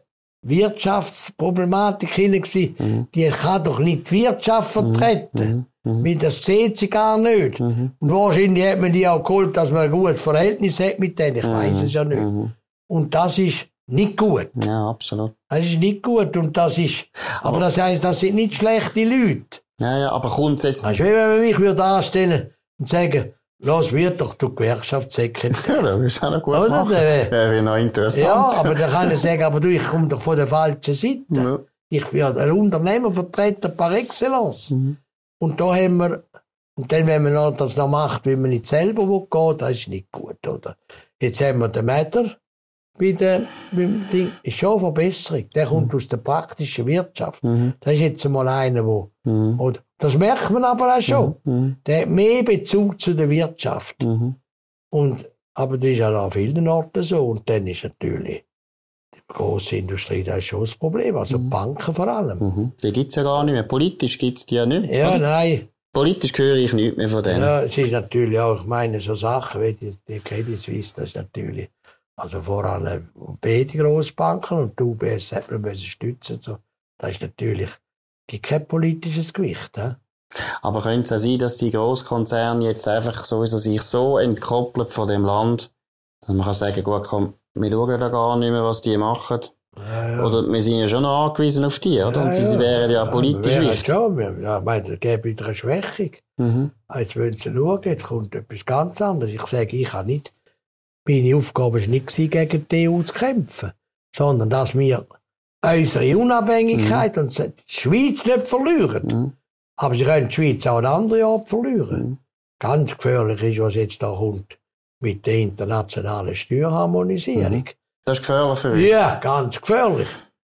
Wirtschaftsproblematik hinein gewesen. Mhm. Die kann doch nicht die Wirtschaft vertreten. Mhm. Weil das sieht sie gar nicht. Mhm. Und wahrscheinlich hat man die auch geholt, dass man ein gutes Verhältnis hat mit denen. Ich mhm. weiss es ja nicht. Mhm. Und das ist nicht gut. Ja, absolut. Das ist nicht gut. Und das ist, aber, aber das heisst, das sind nicht schlechte Leute. Ja, ja, aber grundsätzlich. Weißt du, wenn man mich würde anstellen und sagen, los, wird doch du Gewerkschaftssekretär. Ja, das ist auch noch gut oder? Machen. Das wäre noch interessant. Ja, aber dann kann ich sagen, aber du, ich komme doch von der falschen Seite. Ja. Ich bin ein Unternehmervertreter par excellence. Mhm. Und da haben wir, und dann, wenn man noch das noch macht, wie man nicht selber gehen, das ist nicht gut, oder? Jetzt haben wir den Mäder bei dem Ding, ist schon eine Verbesserung. Der kommt mhm. aus der praktischen Wirtschaft. Mhm. Das ist jetzt einmal einer, der, mhm. oder, das merkt man aber auch schon. Mhm. Der hat mehr Bezug zu der Wirtschaft. Mhm. Und, aber das ist ja an vielen Orten so. Und dann ist natürlich die grosse Industrie, das ist schon das Problem. Also mhm. Banken vor allem. Mhm. Die gibt's ja gar nicht mehr. Politisch gibt's die ja nicht. Ja, oder? Nein. Politisch höre ich nichts mehr von denen. Ja, es ist natürlich auch, ich meine, so Sachen wie die, die Credit Suisse, das ist natürlich, also voran beide Grossbanken und die U B S hat man müssen stützen. So. Das ist natürlich, gibt kein politisches Gewicht. He? Aber könnte es auch sein, dass die Grosskonzerne jetzt einfach sowieso sich so entkoppeln von dem Land, dass man kann sagen, gut, komm, wir schauen da gar nicht mehr, was die machen. Ja, ja. Oder wir sind ja schon noch angewiesen auf die, oder? Ja, und sie ja. wären ja politisch ja, wichtig. Ja, ja, ich meine, es gäbe wieder eine Schwächung. Mhm. Jetzt wollen sie schauen, jetzt kommt etwas ganz anderes. Ich sage, ich habe nicht, meine Aufgabe war nicht, gegen die E U zu kämpfen, sondern dass wir unsere Unabhängigkeit mhm. und die Schweiz nicht verlieren. Mhm. Aber sie können die Schweiz auch an anderen Orten verlieren. Mhm. Ganz gefährlich ist, was jetzt da kommt mit der internationalen Steuerharmonisierung. Mhm. Das ist gefährlich für uns? Ja, ganz gefährlich.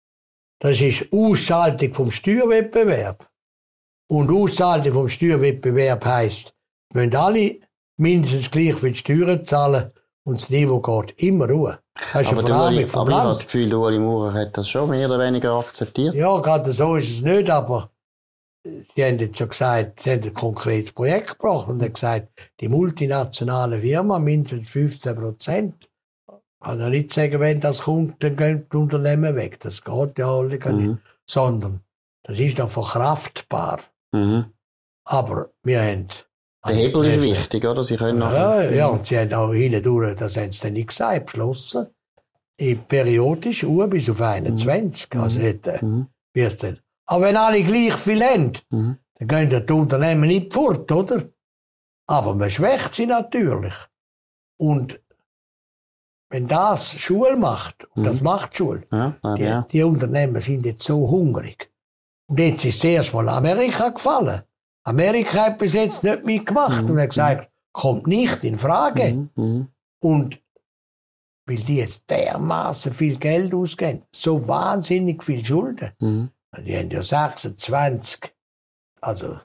Das ist Ausschaltung vom Steuerwettbewerb. Und Ausschaltung vom Steuerwettbewerb heisst, wir müssen alle mindestens gleich für die Steuern zahlen und das Niveau geht immer hoch. Das ist aber eine Verarmung vom aber Land. Ich habe das Gefühl, Ueli Maurer hat das schon mehr oder weniger akzeptiert. Ja, gerade so ist es nicht, aber die haben jetzt schon gesagt, sie haben ein konkretes Projekt gebracht und haben gesagt, die multinationale Firma mindestens fünfzehn Prozent. Kann ja nicht sagen, wenn das kommt, dann gehen die Unternehmen weg. Das geht ja alle gar nicht. Mhm. Sondern, das ist noch verkraftbar. Mhm. Aber wir haben... Der Hebel ist wichtig, oder? Sie können ja, ja, und sie haben auch hindurch, das haben sie dann nicht gesagt, beschlossen, periodisch Uhr bis auf einundzwanzig. Mhm. Also hätte, mhm. wie es dann. Aber wenn alle gleich viel haben, mhm. dann gehen die Unternehmen nicht fort, oder? Aber man schwächt sie natürlich. Und wenn das Schule macht, und mhm. das macht Schule, ja, die, ja. die Unternehmen sind jetzt so hungrig. Und jetzt ist zuerst mal Amerika gefallen. Amerika hat bis jetzt nicht mitgemacht mhm. und hat gesagt, kommt nicht in Frage. Mhm. Und weil die jetzt dermaßen viel Geld ausgeben, so wahnsinnig viel Schulden. Mhm. Die haben ja sechsundzwanzig, also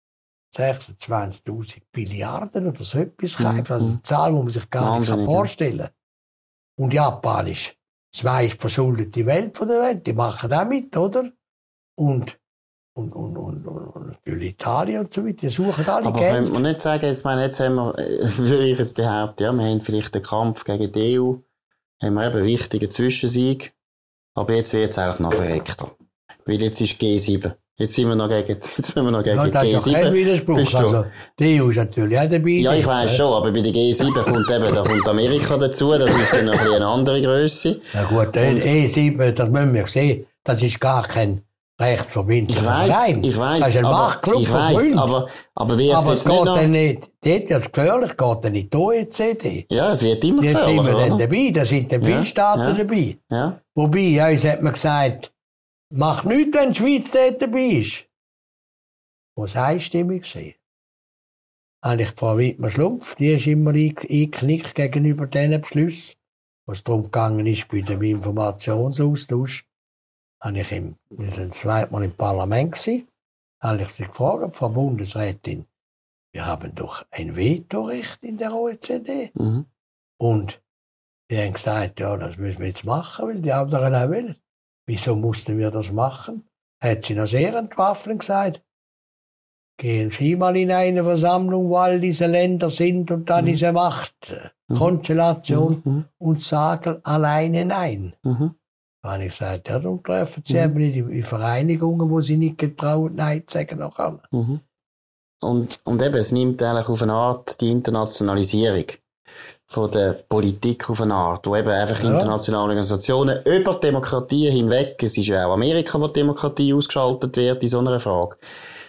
sechsundzwanzigtausend Milliarden oder so etwas gehabt. Mhm. Also eine Zahl, die man sich gar nicht vorstellen kann. Und Japan ist die meist verschuldete Welt von der Welt. Die machen auch mit, oder? Und, und, und, und, und natürlich Italien und so weiter. Die suchen alle aber Geld. Aber könnte man nicht sagen, jetzt, meine, jetzt haben wir, würde ich jetzt behaupten, ja, wir haben vielleicht den Kampf gegen die E U, haben wir eben einen wichtigen Zwischensieg, aber jetzt wird es eigentlich noch verreckter. Weil jetzt ist G sieben. Jetzt sind wir noch gegen, jetzt sind wir noch gegen ja, das G sieben. Das ist kein Widerspruch. Also, die E U ist natürlich auch dabei. Ja, ich weiss schon, aber bei der G sieben kommt eben, da kommt Amerika dazu, das ist dann noch ein bisschen eine andere Grösse. Ja gut, der E sieben, das müssen wir sehen, das ist gar kein rechtsverbindlichen ich weiss, Verein. Ich weiss, das ist ein aber, Machtclub ich von weiss, Freunden. aber, aber wird aber es es jetzt geht nicht dann noch... nicht, dort ist es gefährlich, geht dann nicht die O E C D. Ja, es wird immer Jetzt gefährlicher, sind wir dann oder? dabei, da sind dann viele Ja, Staaten ja. dabei. Ja. Wobei, uns hat man gesagt, mach nichts, wenn die Schweiz dort dabei ist. Muss einstimmig sein. Eigentlich Frau Wittmer-Schlumpf, die ist immer eingeknickt gegenüber diesen Beschlüssen, was darum gegangen ist bei dem Informationsaustausch. Habe ich im, wir sind das zweite Mal im Parlament gewesen, habe ich sie gefragt, Frau Bundesrätin, wir haben doch ein Vetorecht in der O E C D. Mhm. Und die haben gesagt, ja, das müssen wir jetzt machen, weil die anderen auch wollen. Wieso mussten wir das machen? Hat sie noch sehr entwaffnend gesagt. Gehen Sie mal in eine Versammlung, wo all diese Länder sind und da Mhm. diese Machtkonstellation Mhm. und sagen alleine Nein. Mhm. Da habe ich gesagt, ja, dann treffen Sie Mhm. eben in die Vereinigungen, wo Sie nicht getraut Nein sagen noch kann. Mhm. Und, und eben, es nimmt eigentlich auf eine Art die Internationalisierung von der Politik auf eine Art, wo eben einfach Ja. internationale Organisationen über Demokratie hinweg, es ist ja auch Amerika, wo die Demokratie ausgeschaltet wird in so einer Frage.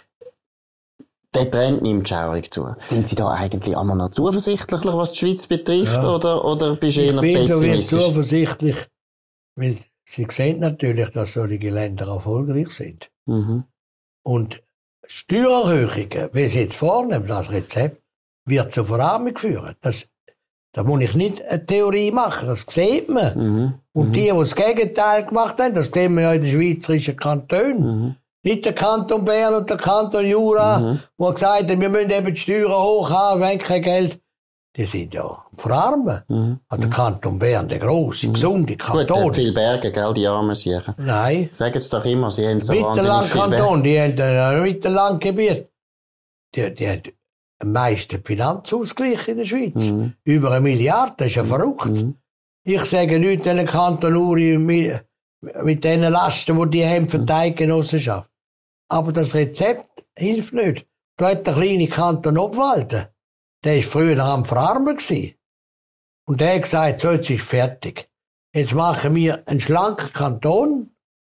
Der Trend nimmt schaurig zu. Sind Sie da eigentlich einmal noch zuversichtlich, was die Schweiz betrifft, Ja. oder, oder bist du Ich eher bin so wie pessimistisch? zuversichtlich, weil Sie sehen natürlich, dass solche Länder erfolgreich sind. Mhm. Und Steuererhöhungen, wie Sie jetzt vornehmen, das Rezept, wird zur Verarmung führen. Das, da muss ich nicht eine Theorie machen, das sieht man. Mhm. Und die, die das Gegenteil gemacht haben, das sehen wir ja in den schweizerischen Kantonen. Mhm. Nicht der Kanton Bern und der Kanton Jura, Mhm. wo gesagt haben, wir müssen eben die Steuern hoch haben, wenn kein Geld. Die sind ja verarmen. Mhm. Hat der Kanton Bern, der grosse, gesunde Gut, der Kanton. hat viele Berge, gell, die armen Siechen. Nein. Sagen Sie doch immer, Sie haben so wahnsinnig viele Berge. Mittellandkanton, die haben ein Mittellandgebiet. Die, die haben am meisten Finanzausgleich in der Schweiz. Mhm. Über eine Milliarde, das ist ja verrückt. Mhm. Ich sage nicht den Kanton Uri mit, mit den Lasten, die die haben für die Eidgenossenschaft. Aber das Rezept hilft nicht. Da hat der kleine Kanton Obwalden, der war früher am Verarmen gewesen. Und der hat gesagt, so, jetzt ist fertig. Jetzt machen wir einen schlanken Kanton.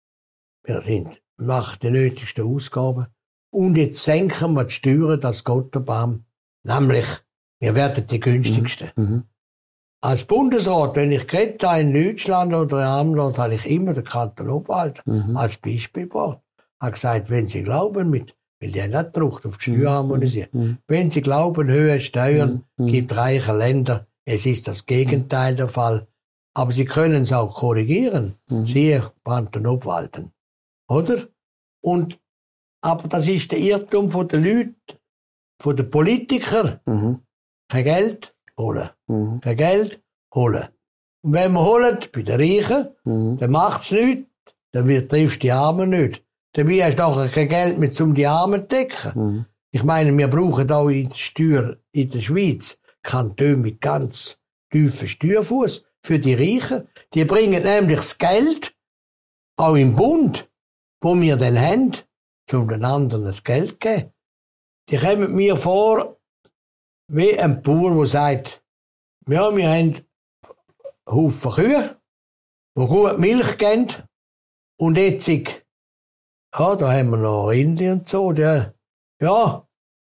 Wir sind, machen die nötigsten Ausgaben. Und jetzt senken wir die Steuern, das Gotterbam. Nämlich, wir werden die günstigsten. Mhm. Als Bundesrat, wenn ich geredet habe in Deutschland oder in einem Land, habe ich immer den Kanton Obwalden Mhm. als Beispiel gebracht. Ich habe gesagt, wenn Sie glauben, mit, weil die haben nicht Druck auf die Steuern harmonisieren, Mhm. wenn Sie glauben, höhere Steuern Mhm. gibt reiche Länder, es ist das Gegenteil der Fall. Aber Sie können es auch korrigieren. Mhm. Siehe Kanton Obwalden. Oder? Und, aber das ist der Irrtum von den Leuten, von den Politikern. Mhm. Kein Geld holen. Mhm. Kein Geld holen. Und wenn wir holen, bei den Reichen, Mhm. dann macht's nichts, dann wird, trifft die Armen nicht. Dabei hast du nachher kein Geld mehr, um die Armen zu decken. Mhm. Ich meine, wir brauchen auch in der Steuer in der Schweiz Kantone mit ganz tiefen Steuerfuß für die Reichen. Die bringen nämlich das Geld, auch im Bund, wo wir dann haben, um den anderen das Geld zu geben. Die kommen mir vor, wie ein Bauer, der sagt, ja, wir haben Haufen Kühe, die gut Milch geben, und jetzt, ja, da haben wir noch Indien und so, der, ja,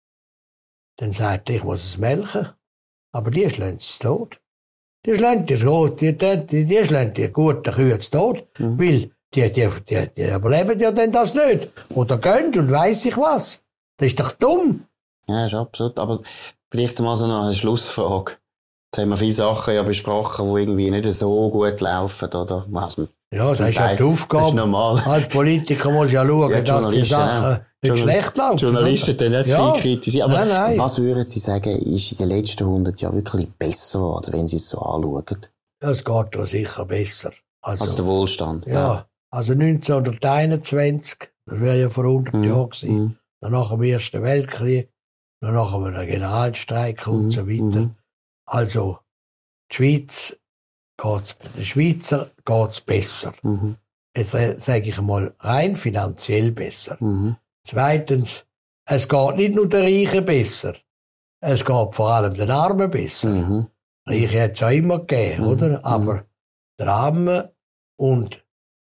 dann sagt er, ich muss es melken. Aber die schlagen es tot. Die schlagen die tot, die, die, die, die schlagen die guten Kühe zu tot, Mhm. weil die, die, die, die überleben ja dann das nicht. Oder gehen und weiss ich was. Das ist doch dumm. Ja, ist absolut. Aber vielleicht mal so noch eine Schlussfrage. Jetzt haben wir viele Sachen ja besprochen, die irgendwie nicht so gut laufen, oder? Was man Ja, das ist ja die Das ist Aufgabe. normal. Als Politiker muss ja schauen, Ja, die dass die Journalisten Sachen auch. nicht Journal- schlecht laufen. Journalisten dann nicht Ja. viel kritisieren. Aber Nein, nein. was würden Sie sagen, ist in den letzten hundert Jahren wirklich besser geworden, wenn Sie es so anschauen? Das geht doch sicher besser. Also, Also der Wohlstand. ja, also neunzehnhunderteinundzwanzig, das wäre ja vor hundert Mhm. Jahren gewesen. Mhm. Dann nach dem Ersten Weltkrieg, dann nach einem Generalstreik und Mhm. so weiter. Mhm. Also, die Schweiz geht's, den Schweizer geht's besser. Mhm. Jetzt äh, sage ich mal, rein finanziell besser. Mhm. Zweitens, es geht nicht nur den Reichen besser. Es geht vor allem den Armen besser. Mhm. Reiche hat es auch immer gegeben, Mhm. oder? Aber der Arme und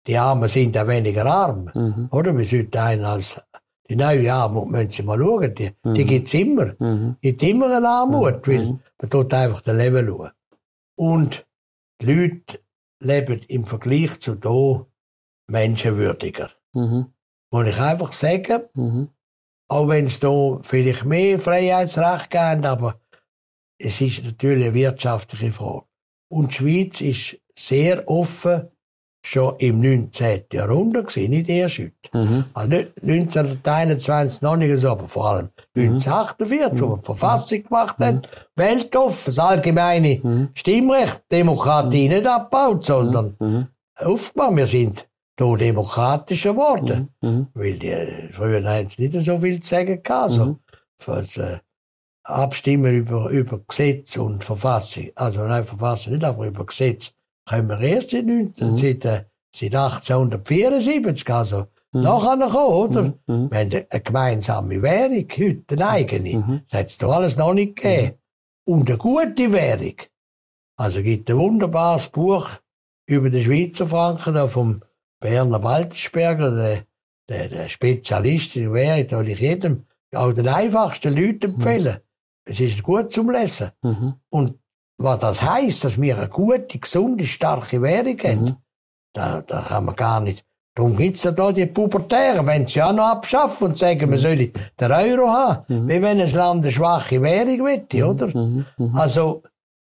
die Armen sind ja weniger arm. Mhm. Oder? Wir sollten einen als die neue Armut, müssen Sie mal schauen, die, mhm. die gibt's immer. Mhm. Es gibt immer eine Armut, mhm. weil man tut einfach das Leben schauen. Und die Leute leben im Vergleich zu hier menschenwürdiger. Mhm. Muss ich einfach sagen, mhm. auch wenn es hier vielleicht mehr Freiheitsrecht gibt, aber es ist natürlich eine wirtschaftliche Frage. Und die Schweiz ist sehr offen schon im neunzehnten Jahrhundert gewesen, nicht erst heute. Mhm. Also nicht neunzehnhunderteinundzwanzig noch nicht so, aber vor allem neunzehnhundertachtundvierzig, mhm. wo wir die Verfassung gemacht haben, mhm. weltoffen, das allgemeine mhm. Stimmrecht, Demokratie mhm. nicht abgebaut, sondern mhm. aufgemacht. Wir sind hier demokratischer geworden. Mhm. Weil die, früher haben sie nicht so viel zu sagen gehabt. Also, mhm. für das, äh, Abstimmen über, über Gesetz und Verfassung. Also, nein, Verfassung nicht, aber über Gesetz können wir erst in neunzehn, mhm. seit, äh, seit achtzehnhundertvierundsiebzig, also, mhm. nachher kommen, oder? Mhm. Wir haben eine gemeinsame Währung, heute eine eigene. Mhm. Das hat es doch alles noch nicht gegeben. Mhm. Und eine gute Währung. Also, es gibt ein wunderbares Buch über den Schweizer Franken, da vom Berner Baltisberger, der, der, der Spezialist in Währung, da will ich jedem, auch den einfachsten Leuten empfehlen. Mhm. Es ist gut zum Lesen. Mhm. Und was das heisst, dass wir eine gute, gesunde, starke Währung haben, mhm. da, da kann man gar nicht. Darum gibt's ja da die Pubertären, wenn sie ja noch abschaffen und sagen, mhm. man soll den Euro haben, mhm. wie wenn ein Land eine schwache Währung will, oder? Mhm. Mhm. Also,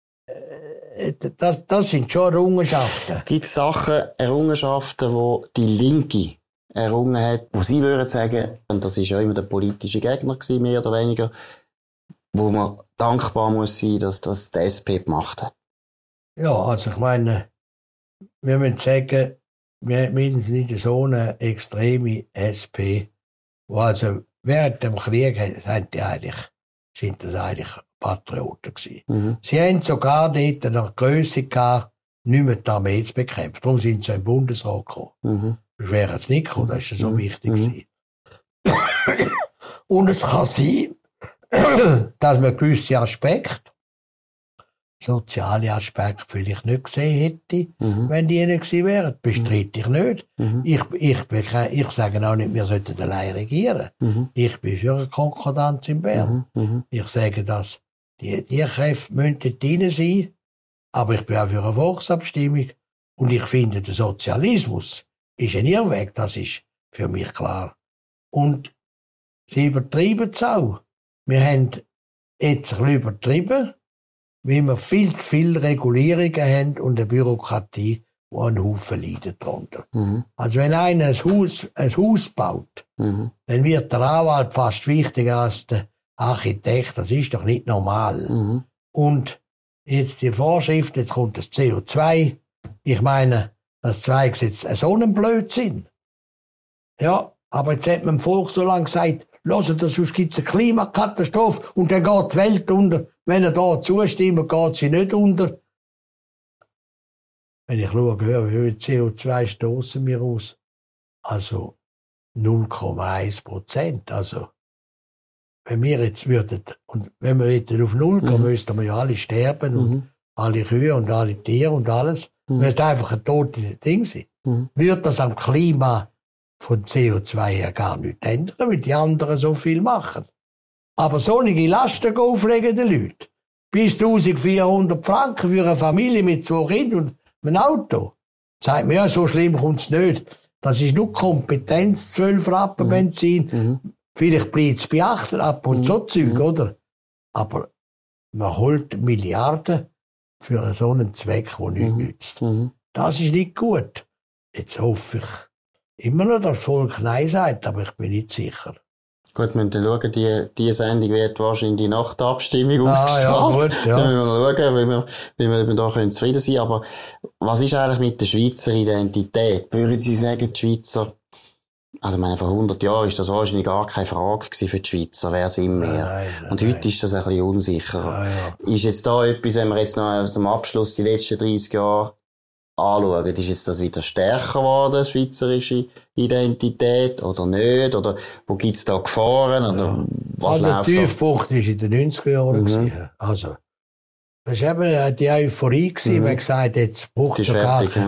Das, das sind schon Errungenschaften. Gibt es Sachen, Errungenschaften, die die Linke errungen hat, wo Sie würden sagen, und das ist ja immer der politische Gegner gewesen, mehr oder weniger, wo man dankbar muss sein, dass das die S P gemacht hat? Ja, also ich meine, wir müssen sagen, wir, wir sind nicht so eine extreme S P, wo also während dem Krieg sind die eigentlich, sind das eigentlich Patrioten gewesen. Mhm. Sie haben sogar dort eine Grösse gehabt, nicht mehr die Armee zu bekämpfen. Darum sind sie in den Bundesrat gekommen. Mhm. Das wäre jetzt nicht gekommen, das ist so mhm. wichtig gewesen. Mhm. Und es kann sein, dass man gewisse Aspekte, soziale Aspekte vielleicht nicht gesehen hätte, mhm. wenn die nicht gewesen wären. Bestreite ich nicht. Mhm. Ich, ich, ich sage auch nicht, wir sollten allein regieren. Mhm. Ich bin für eine Konkordanz in Bern. Mhm. Ich sage, dass die, die Kräfte müssen dort rein sein, aber ich bin auch für eine Volksabstimmung. Und ich finde, der Sozialismus ist ein Irrweg, das ist für mich klar. Und sie übertreiben es auch. Wir haben jetzt ein bisschen übertrieben, weil wir viel zu viele Regulierungen haben und eine Bürokratie, die einen Haufen leidet darunter. Mhm. Also wenn einer ein Haus, ein Haus baut, mhm. dann wird der Anwalt fast wichtiger als der Architekt. Das ist doch nicht normal. Mhm. Und jetzt die Vorschrift, jetzt kommt das C O zwei. Ich meine, das Zwei-Gesetz ist so ein Blödsinn. Ja, aber jetzt hat man dem Volk so lange gesagt, hört, sonst gibt es eine Klimakatastrophe und dann geht die Welt unter. Wenn er da zustimmt, geht sie nicht unter. Wenn ich schaue, wie viel C O zwei stoßen wir aus? Also null Komma eins Prozent. Also, wenn wir jetzt würden, und wenn wir jetzt auf Null kommen, mhm. müssten wir ja alle sterben und mhm. alle Kühe und alle Tiere und alles. Mhm. Müsste einfach ein totes Ding sein. Mhm. Würde das am Klima von C O zwei her gar nicht ändern, weil die anderen so viel machen. Aber solche Lasten auflegen den Leuten. Bis eintausendvierhundert Franken für eine Familie mit zwei Kindern und einem Auto. Sagt mir, ja, so schlimm kommt's nicht. Das ist nur Kompetenz, zwölf Rappen mhm. Benzin. Mhm. Vielleicht bleibt es bei acht Rappen und mhm. so Zeug, oder? Aber man holt Milliarden für so einen Zweck, der nichts mhm. nützt. Mhm. Das ist nicht gut. Jetzt hoffe ich immer noch, dass das Volk Nein sagt, aber ich bin nicht sicher. Gut, wir müssen schauen, die, die Sendung wird wahrscheinlich nach der Abstimmung ah, ausgestrahlt. Ja, gut, ja. Wir müssen schauen, wie wir, wie wir, wir da können zufrieden sein. Aber was ist eigentlich mit der Schweizer Identität? Würden Sie sagen, die Schweizer, also ich meine, vor hundert Jahren ist das wahrscheinlich gar keine Frage gewesen für die Schweizer, wer sind wir? Nein, nein, und heute nein. ist das ein bisschen unsicherer. Ja, ja. Ist jetzt da etwas, wenn wir jetzt noch aus dem Abschluss die letzten dreißig Jahre anschauen, ist jetzt das wieder stärker geworden, schweizerische Identität, oder nicht? Oder wo gibt's da Gefahren? Oder ja. was also läuft der Tiefpunkt war in den neunziger Jahren. Mhm. Also, das war eben die Euphorie gewesen, mhm. man gesagt, jetzt braucht es ja gar keine. Ja.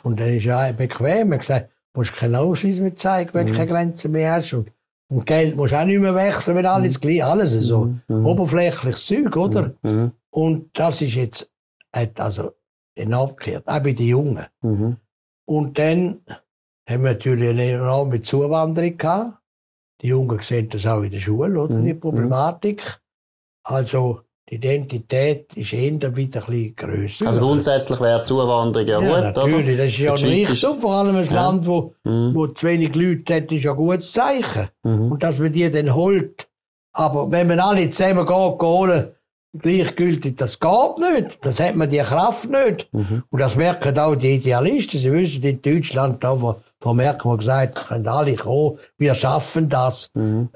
Und dann ist ja bequem. Er hat gesagt, du musst keinen Ausweis mehr zeigen, wenn du mhm. keine Grenzen mehr hast. Und, und Geld musst du auch nicht mehr wechseln, wenn alles gleich, alles so mhm. oberflächliches Zeug, oder? Mhm. Und das ist jetzt, hat also enorm gekehrt, auch bei den Jungen. Mhm. Und dann haben wir natürlich eine enorme Zuwanderung gehabt. Die Jungen sehen das auch in der Schule, oder? Mhm. Die Problematik. Also, die Identität ist eher wieder ein bisschen grösser. Also grundsätzlich wäre Zuwanderung ja, ja gut, natürlich. Oder? Das ist ja ein Reichtum, vor allem ein ja. Land, wo, mhm. wo zu wenig Leute hat, ist ja ein gutes Zeichen. Mhm. Und dass man die dann holt. Aber wenn man alle zusammen geht, holen, gleichgültig, das geht nicht. Das hat man die Kraft nicht. Mhm. Und das merken auch die Idealisten. Sie wissen, in Deutschland, da, wo, wo Merkel mal gesagt hat, können alle kommen, wir schaffen das. Mhm.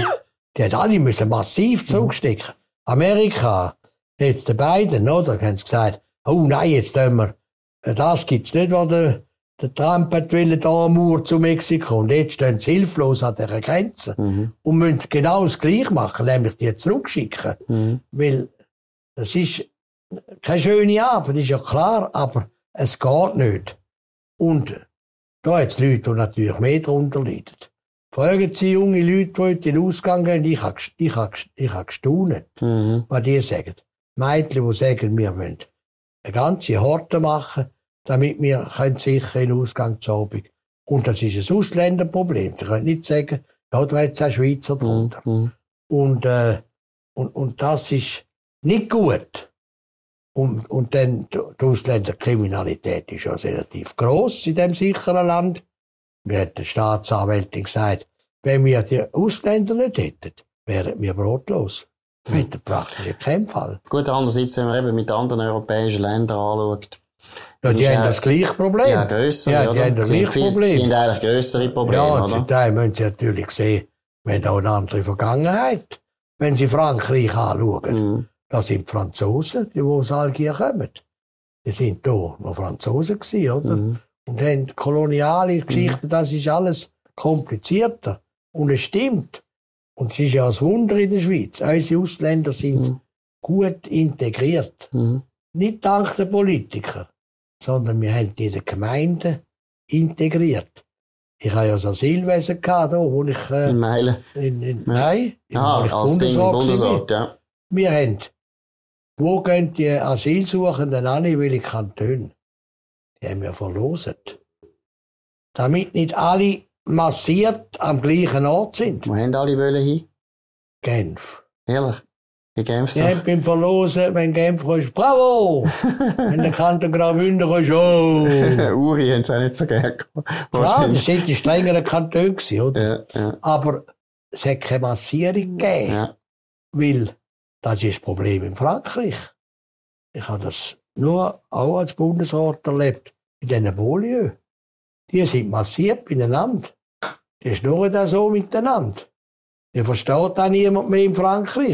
Die hat alle müssen massiv zurückstecken. Amerika, jetzt die beiden, oder? Haben sie gesagt, oh nein, jetzt tun wir, das gibt's nicht, was der, der Trump hat wollen, da am Mauer zu Mexiko. Und jetzt stehen sie hilflos an dieser Grenze. Mhm. Und müssen genau das Gleiche machen, nämlich die zurückschicken. Mhm. Weil, das ist keine schöne Arbeit, ist ja klar, aber es geht nicht. Und da hat es Leute, die natürlich mehr darunter leiden. Fragen Sie junge Leute, die heute in den Ausgang gehen, ich habe ich hab, ich hab gestaunt, mhm. was die sagen. Mädchen, die sagen, wir wollen eine ganze Horte machen, damit wir sicher in den Ausgang zu Abend. Und das ist ein Ausländerproblem. Sie können nicht sagen, ja, du hast auch Schweizer drunter. Mhm. Und, äh, und, und das ist nicht gut. Und, und dann, die Ausländerkriminalität ist ja relativ gross in diesem sicheren Land. Mir hat die Staatsanwältin gesagt, wenn wir die Ausländer nicht hätten, wären wir brotlos. Wir hätten praktisch keinen Fall. Gut, andererseits, wenn man eben mit anderen europäischen Ländern anschaut. Ja, die haben das gleiche Problem. Ja, grössere, ja, die oder? haben das gleiche Problem. Sie haben eigentlich grössere Probleme, ja, oder? zum Teil müssen sie natürlich sehen, wir haben auch eine andere Vergangenheit. Wenn sie Frankreich anschauen, mhm. das sind die Franzosen, die aus Algier kommen. Die sind hier noch Franzosen gewesen, oder? Mhm. Und haben koloniale Geschichten, mhm. das ist alles komplizierter. Und es stimmt. Und es ist ja ein Wunder in der Schweiz. Unsere Ausländer sind mhm. gut integriert. Mhm. Nicht dank der Politiker, sondern wir haben die in den Gemeinden integriert. Ich hatte ja das Asylwesen gehabt, da, wo ich... Äh, in Meilen? In, in, ja. Nein, ah, ich als Ding im Bundesrat, ja. Wir haben, wo gehen die Asylsuchenden an, in welche Kantone? Die haben wir verloset. Damit nicht alle massiert am gleichen Ort sind. Wo haben alle wollen hin? Genf. Ehrlich? In Genf so? Ja, beim Verlosen, wenn Genf kommst, bravo! Wenn der Kanton Graubünden kommst, oh! Uri haben es auch nicht so gerne gehabt. Ja, das sind die strengeren Kantone gewesen, oder? Ja, ja. Aber es hat keine Massierung gegeben. Ja. Weil, das ist das Problem in Frankreich. Ich habe das nur auch als Bundesrat erlebt, in diesen Banlieues. Die sind massiert beieinander. Die schnurren da so miteinander. Die versteht auch niemand mehr in Frankreich.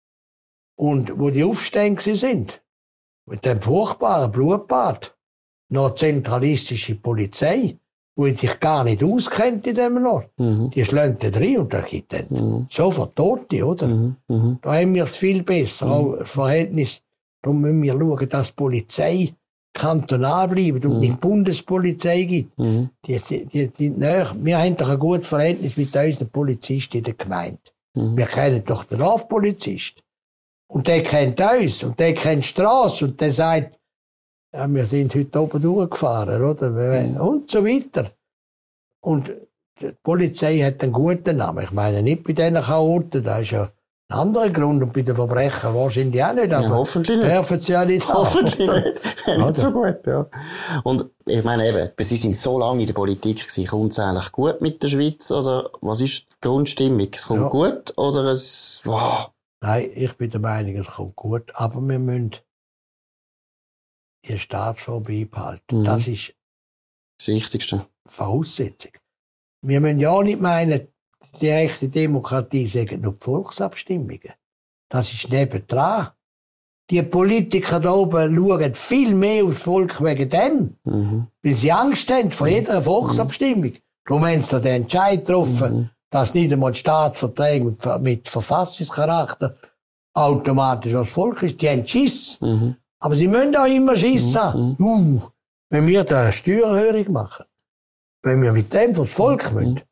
Und wo die Aufstände sind, mit dem furchtbaren Blutbad, noch zentralistische Polizei, die sich gar nicht auskennt in diesem Ort, mhm. die schlagen da rein und da gibt dann mhm. sofort Tote, oder? Mhm. Mhm. Da haben wir es viel besser, mhm. auch das Verhältnis. Darum müssen wir schauen, dass die Polizei kantonal bleibt und mhm. nicht Bundespolizei gibt. Mhm. Die, die, die, die, wir haben doch ein gutes Verhältnis mit unseren Polizisten in der Gemeinde. Mhm. Wir kennen doch den Dorfpolizist. Und der kennt uns, und der kennt die Strasse, und der sagt, ja, wir sind heute oben durchgefahren, oder? Mhm. Und so weiter. Und die Polizei hat einen guten Namen. Ich meine, nicht bei diesen Chaoten, das ist ja ein anderer Grund, und bei den Verbrechern wahrscheinlich auch nicht. Aber ja, hoffentlich nicht. Dürfen sie ja nicht hoffentlich haben. nicht. Wäre nicht so gut, ja. Und ich meine eben, sie sind so lange in der Politik gewesen, kommt es eigentlich gut mit der Schweiz, oder was ist die Grundstimmung? Es kommt ja. gut, oder es, wow. Nein, ich bin der Meinung, es kommt gut, aber wir müssen die Staatsform beibehalten. Mhm. Das ist das Wichtigste. Voraussetzung. Wir müssen ja nicht meinen, die direkte Demokratie sagen nur die Volksabstimmungen. Das ist nebendran. Die Politiker da oben schauen viel mehr aufs Volk wegen dem, mhm. weil sie Angst haben vor jeder Volksabstimmung. Mhm. Darum haben sie da den Entscheid getroffen, mhm. dass nicht einmal Staatsverträge mit, mit Verfassungscharakter automatisch als Volk ist. Die haben Schiss. Mhm. Aber sie müssen auch immer Schiss haben. Mhm. Uh, wenn wir da eine Steuererhöhung machen, wenn wir mit dem fürs Volk müssen,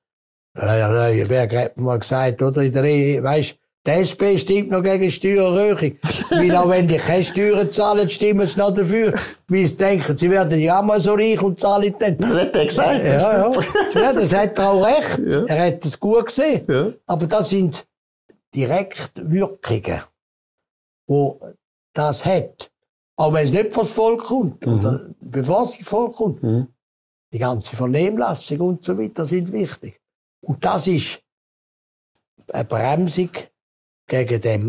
wer hat mal gesagt, oder in der Ehe, weisst, die S P stimmt noch gegen Steuererhöhung. Weil auch wenn die keine Steuern zahlen, stimmen sie noch dafür. Weil sie denken, sie werden ja auch mal so reich und zahlen dann. Das hat er gesagt. Ja, ja. ja das hat er auch recht. Ja. Er hat es gut gesehen. Ja. Aber das sind Direktwirkungen, wo das hat. Auch wenn es nicht vors Volk kommt, mhm. oder bevor es vors Volk kommt. Mhm. Die ganze Vernehmlassung und so weiter sind wichtig. Und das ist eine Bremsung gegen den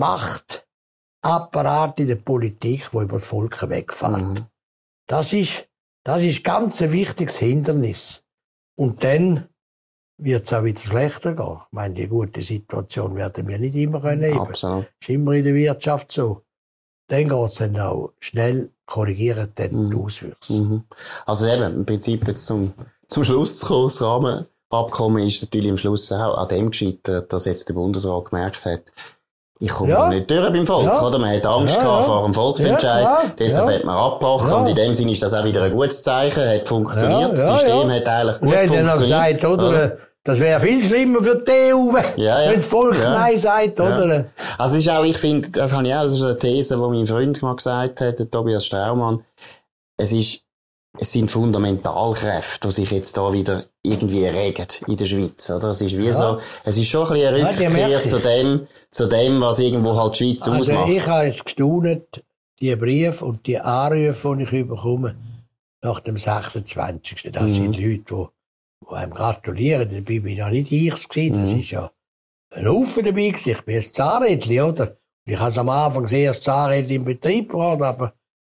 Machtapparat in der Politik, der über das Volk wegfällt. Mhm. Das ist, das ist ganz ein wichtiges Hindernis. Und dann wird es auch wieder schlechter gehen. Ich meine, die gute Situation werden wir nicht immer können. Absolut. Das ist immer in der Wirtschaft so. Dann geht es dann auch schnell korrigieren, dann mhm. die Auswüchse. Mhm. Also eben, im Prinzip jetzt zum, zum Schluss zu kommen, das Rahmenabkommen ist natürlich am Schluss auch an dem gescheitert, dass jetzt der Bundesrat gemerkt hat, ich komme ja. nicht durch beim Volk, ja. oder? Man hat Angst ja, gehabt ja. vor dem Volksentscheid, ja, deshalb ja. hat man abgebrochen ja. und in dem Sinne ist das auch wieder ein gutes Zeichen, hat funktioniert, ja, ja, das System ja. hat eigentlich gut und funktioniert. Dann gesagt, oder? oder? Das wäre viel schlimmer für die E U, ja, ja. wenn das Volk ja. Nein sagt, oder? Ja. Also es ist auch, ich finde, das habe ich auch, das ist eine These, die mein Freund mal gesagt hat, der Tobias Straumann, es ist, es sind Fundamentalkräfte, die sich jetzt da wieder irgendwie regen in der Schweiz, oder? Es ist wie ja. so, es ist schon ein bisschen eine Rückkehr ja, zu dem, zu dem, was irgendwo halt die Schweiz also ausmacht. Ich habe jetzt gestaunt, die Briefe und die Anrufe, die ich bekomme, nach dem sechsundzwanzigsten Das mhm. sind Leute, die die einem gratulieren, dabei bin ich ja nicht ich gewesen, das mhm. ist ja ein Haufen dabei gewesen. Ich bin ein Zahnrädchen, oder? Ich habe am Anfang sehr das Zahnrädchen im Betrieb gehabt, aber,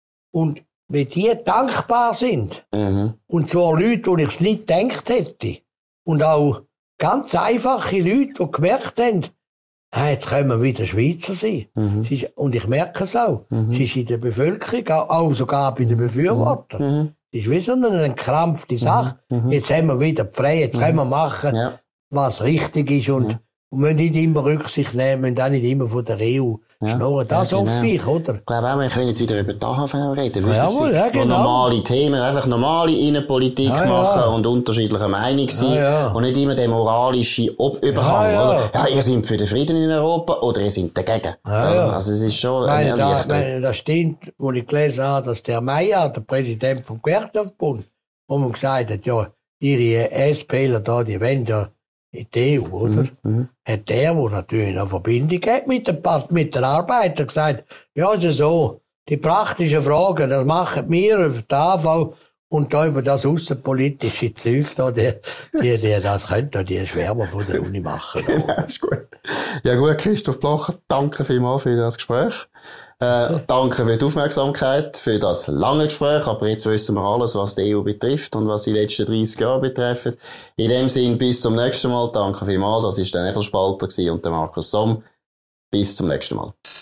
und wenn die dankbar sind, mhm. und zwar Leute, die ich es nicht gedacht hätte, und auch ganz einfache Leute, die gemerkt haben, ah, jetzt können wir wieder Schweizer sein. Mhm. Ist, und ich merke es auch. Mhm. Es ist in der Bevölkerung, auch sogar bei den Befürwortern. Mhm. Es ist wie so eine krampfte Sache. Mhm. Jetzt haben wir wieder frei, jetzt mhm. können wir machen, ja. was richtig ist und, ja. und müssen nicht immer Rücksicht nehmen, müssen auch nicht immer von der E U ja. schnurren. Das ja, genau. hoffe ich, oder? Ich glaube auch, wir können jetzt wieder über die A H V reden. Ja, jawohl, ja, genau. Normale Themen, einfach normale Innenpolitik ja, machen ja. und unterschiedlicher Meinung sein. Ja, ja. Und nicht immer der moralische Ob- Überhang, ja, ja. oder? Ja, ihr seid für den Frieden in Europa oder ihr seid dagegen. Ja, ja. Also, es ist schon meine, da, meine, das stimmt, wo ich gelesen habe, dass der Meier, der Präsident vom Gewerkschaftsbund, wo man gesagt hat, ja, ihre SPler da, die wollen ja in die E U, oder? Mhm. Hat der, der natürlich eine Verbindung hat mit den, mit den Arbeitern, gesagt, ja, also so, die praktischen Fragen, das machen wir über die A V und da über das außenpolitische Zeug da, die, die, die das können, die Schwärmer von der Uni machen. Ja, ist gut. Ja gut, Christoph Blocher, danke vielmals für das Gespräch. Äh, danke für die Aufmerksamkeit, für das lange Gespräch, aber jetzt wissen wir alles, was die E U betrifft und was die letzten dreissig Jahre betreffen. In dem Sinn, bis zum nächsten Mal. Danke vielmals, das war der Nebelspalter und der Markus Somm. Bis zum nächsten Mal.